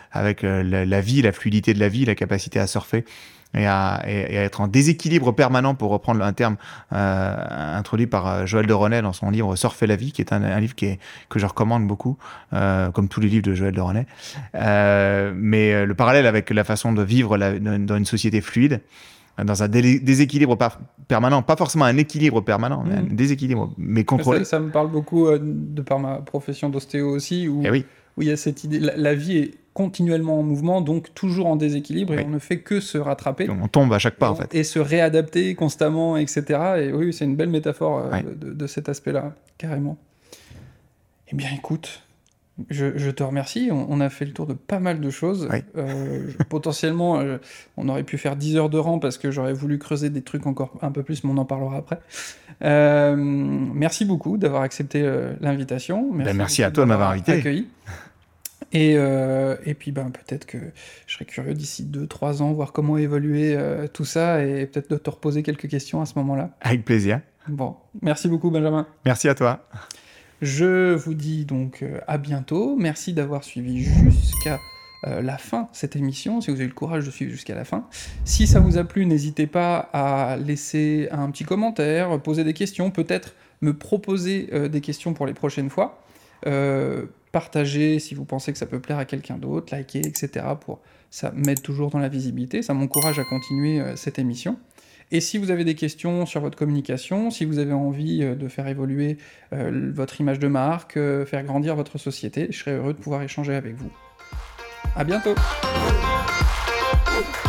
la vie, la fluidité de la vie, la capacité à surfer et à être en déséquilibre permanent, pour reprendre un terme introduit par Joël de René dans son livre Surfer la vie, qui est un livre que je recommande beaucoup, comme tous les livres de Joël de René. Mais le parallèle avec la façon de vivre dans une société fluide, dans un déséquilibre permanent, pas forcément un équilibre permanent, mais un déséquilibre, mais contrôlé. Ça me parle beaucoup de par ma profession d'ostéo aussi, où il y a cette idée, la vie est continuellement en mouvement, donc toujours en déséquilibre, et on ne fait que se rattraper. On tombe à chaque pas, en fait. Et se réadapter constamment, etc. Et oui, c'est une belle métaphore de cet aspect-là, carrément. Eh bien, écoute, je te remercie. On a fait le tour de pas mal de choses. Oui. Potentiellement, on aurait pu faire 10 heures de rang parce que j'aurais voulu creuser des trucs encore un peu plus, mais on en parlera après. Merci beaucoup d'avoir accepté l'invitation. Merci à toi de m'avoir invité. Accueilli. Et puis peut-être que je serais curieux d'ici 2-3 ans, voir comment évoluer tout ça, et peut-être de te reposer quelques questions à ce moment-là. Avec plaisir. Bon, merci beaucoup Benjamin. Merci à toi. Je vous dis donc à bientôt. Merci d'avoir suivi jusqu'à la fin cette émission, si vous avez le courage de suivre jusqu'à la fin. Si ça vous a plu, n'hésitez pas à laisser un petit commentaire, poser des questions, peut-être me proposer des questions pour les prochaines fois. Partagez si vous pensez que ça peut plaire à quelqu'un d'autre, likez, etc. Ça m'aide toujours dans la visibilité, ça m'encourage à continuer cette émission. Et si vous avez des questions sur votre communication, si vous avez envie de faire évoluer votre image de marque, faire grandir votre société, je serais heureux de pouvoir échanger avec vous. À bientôt!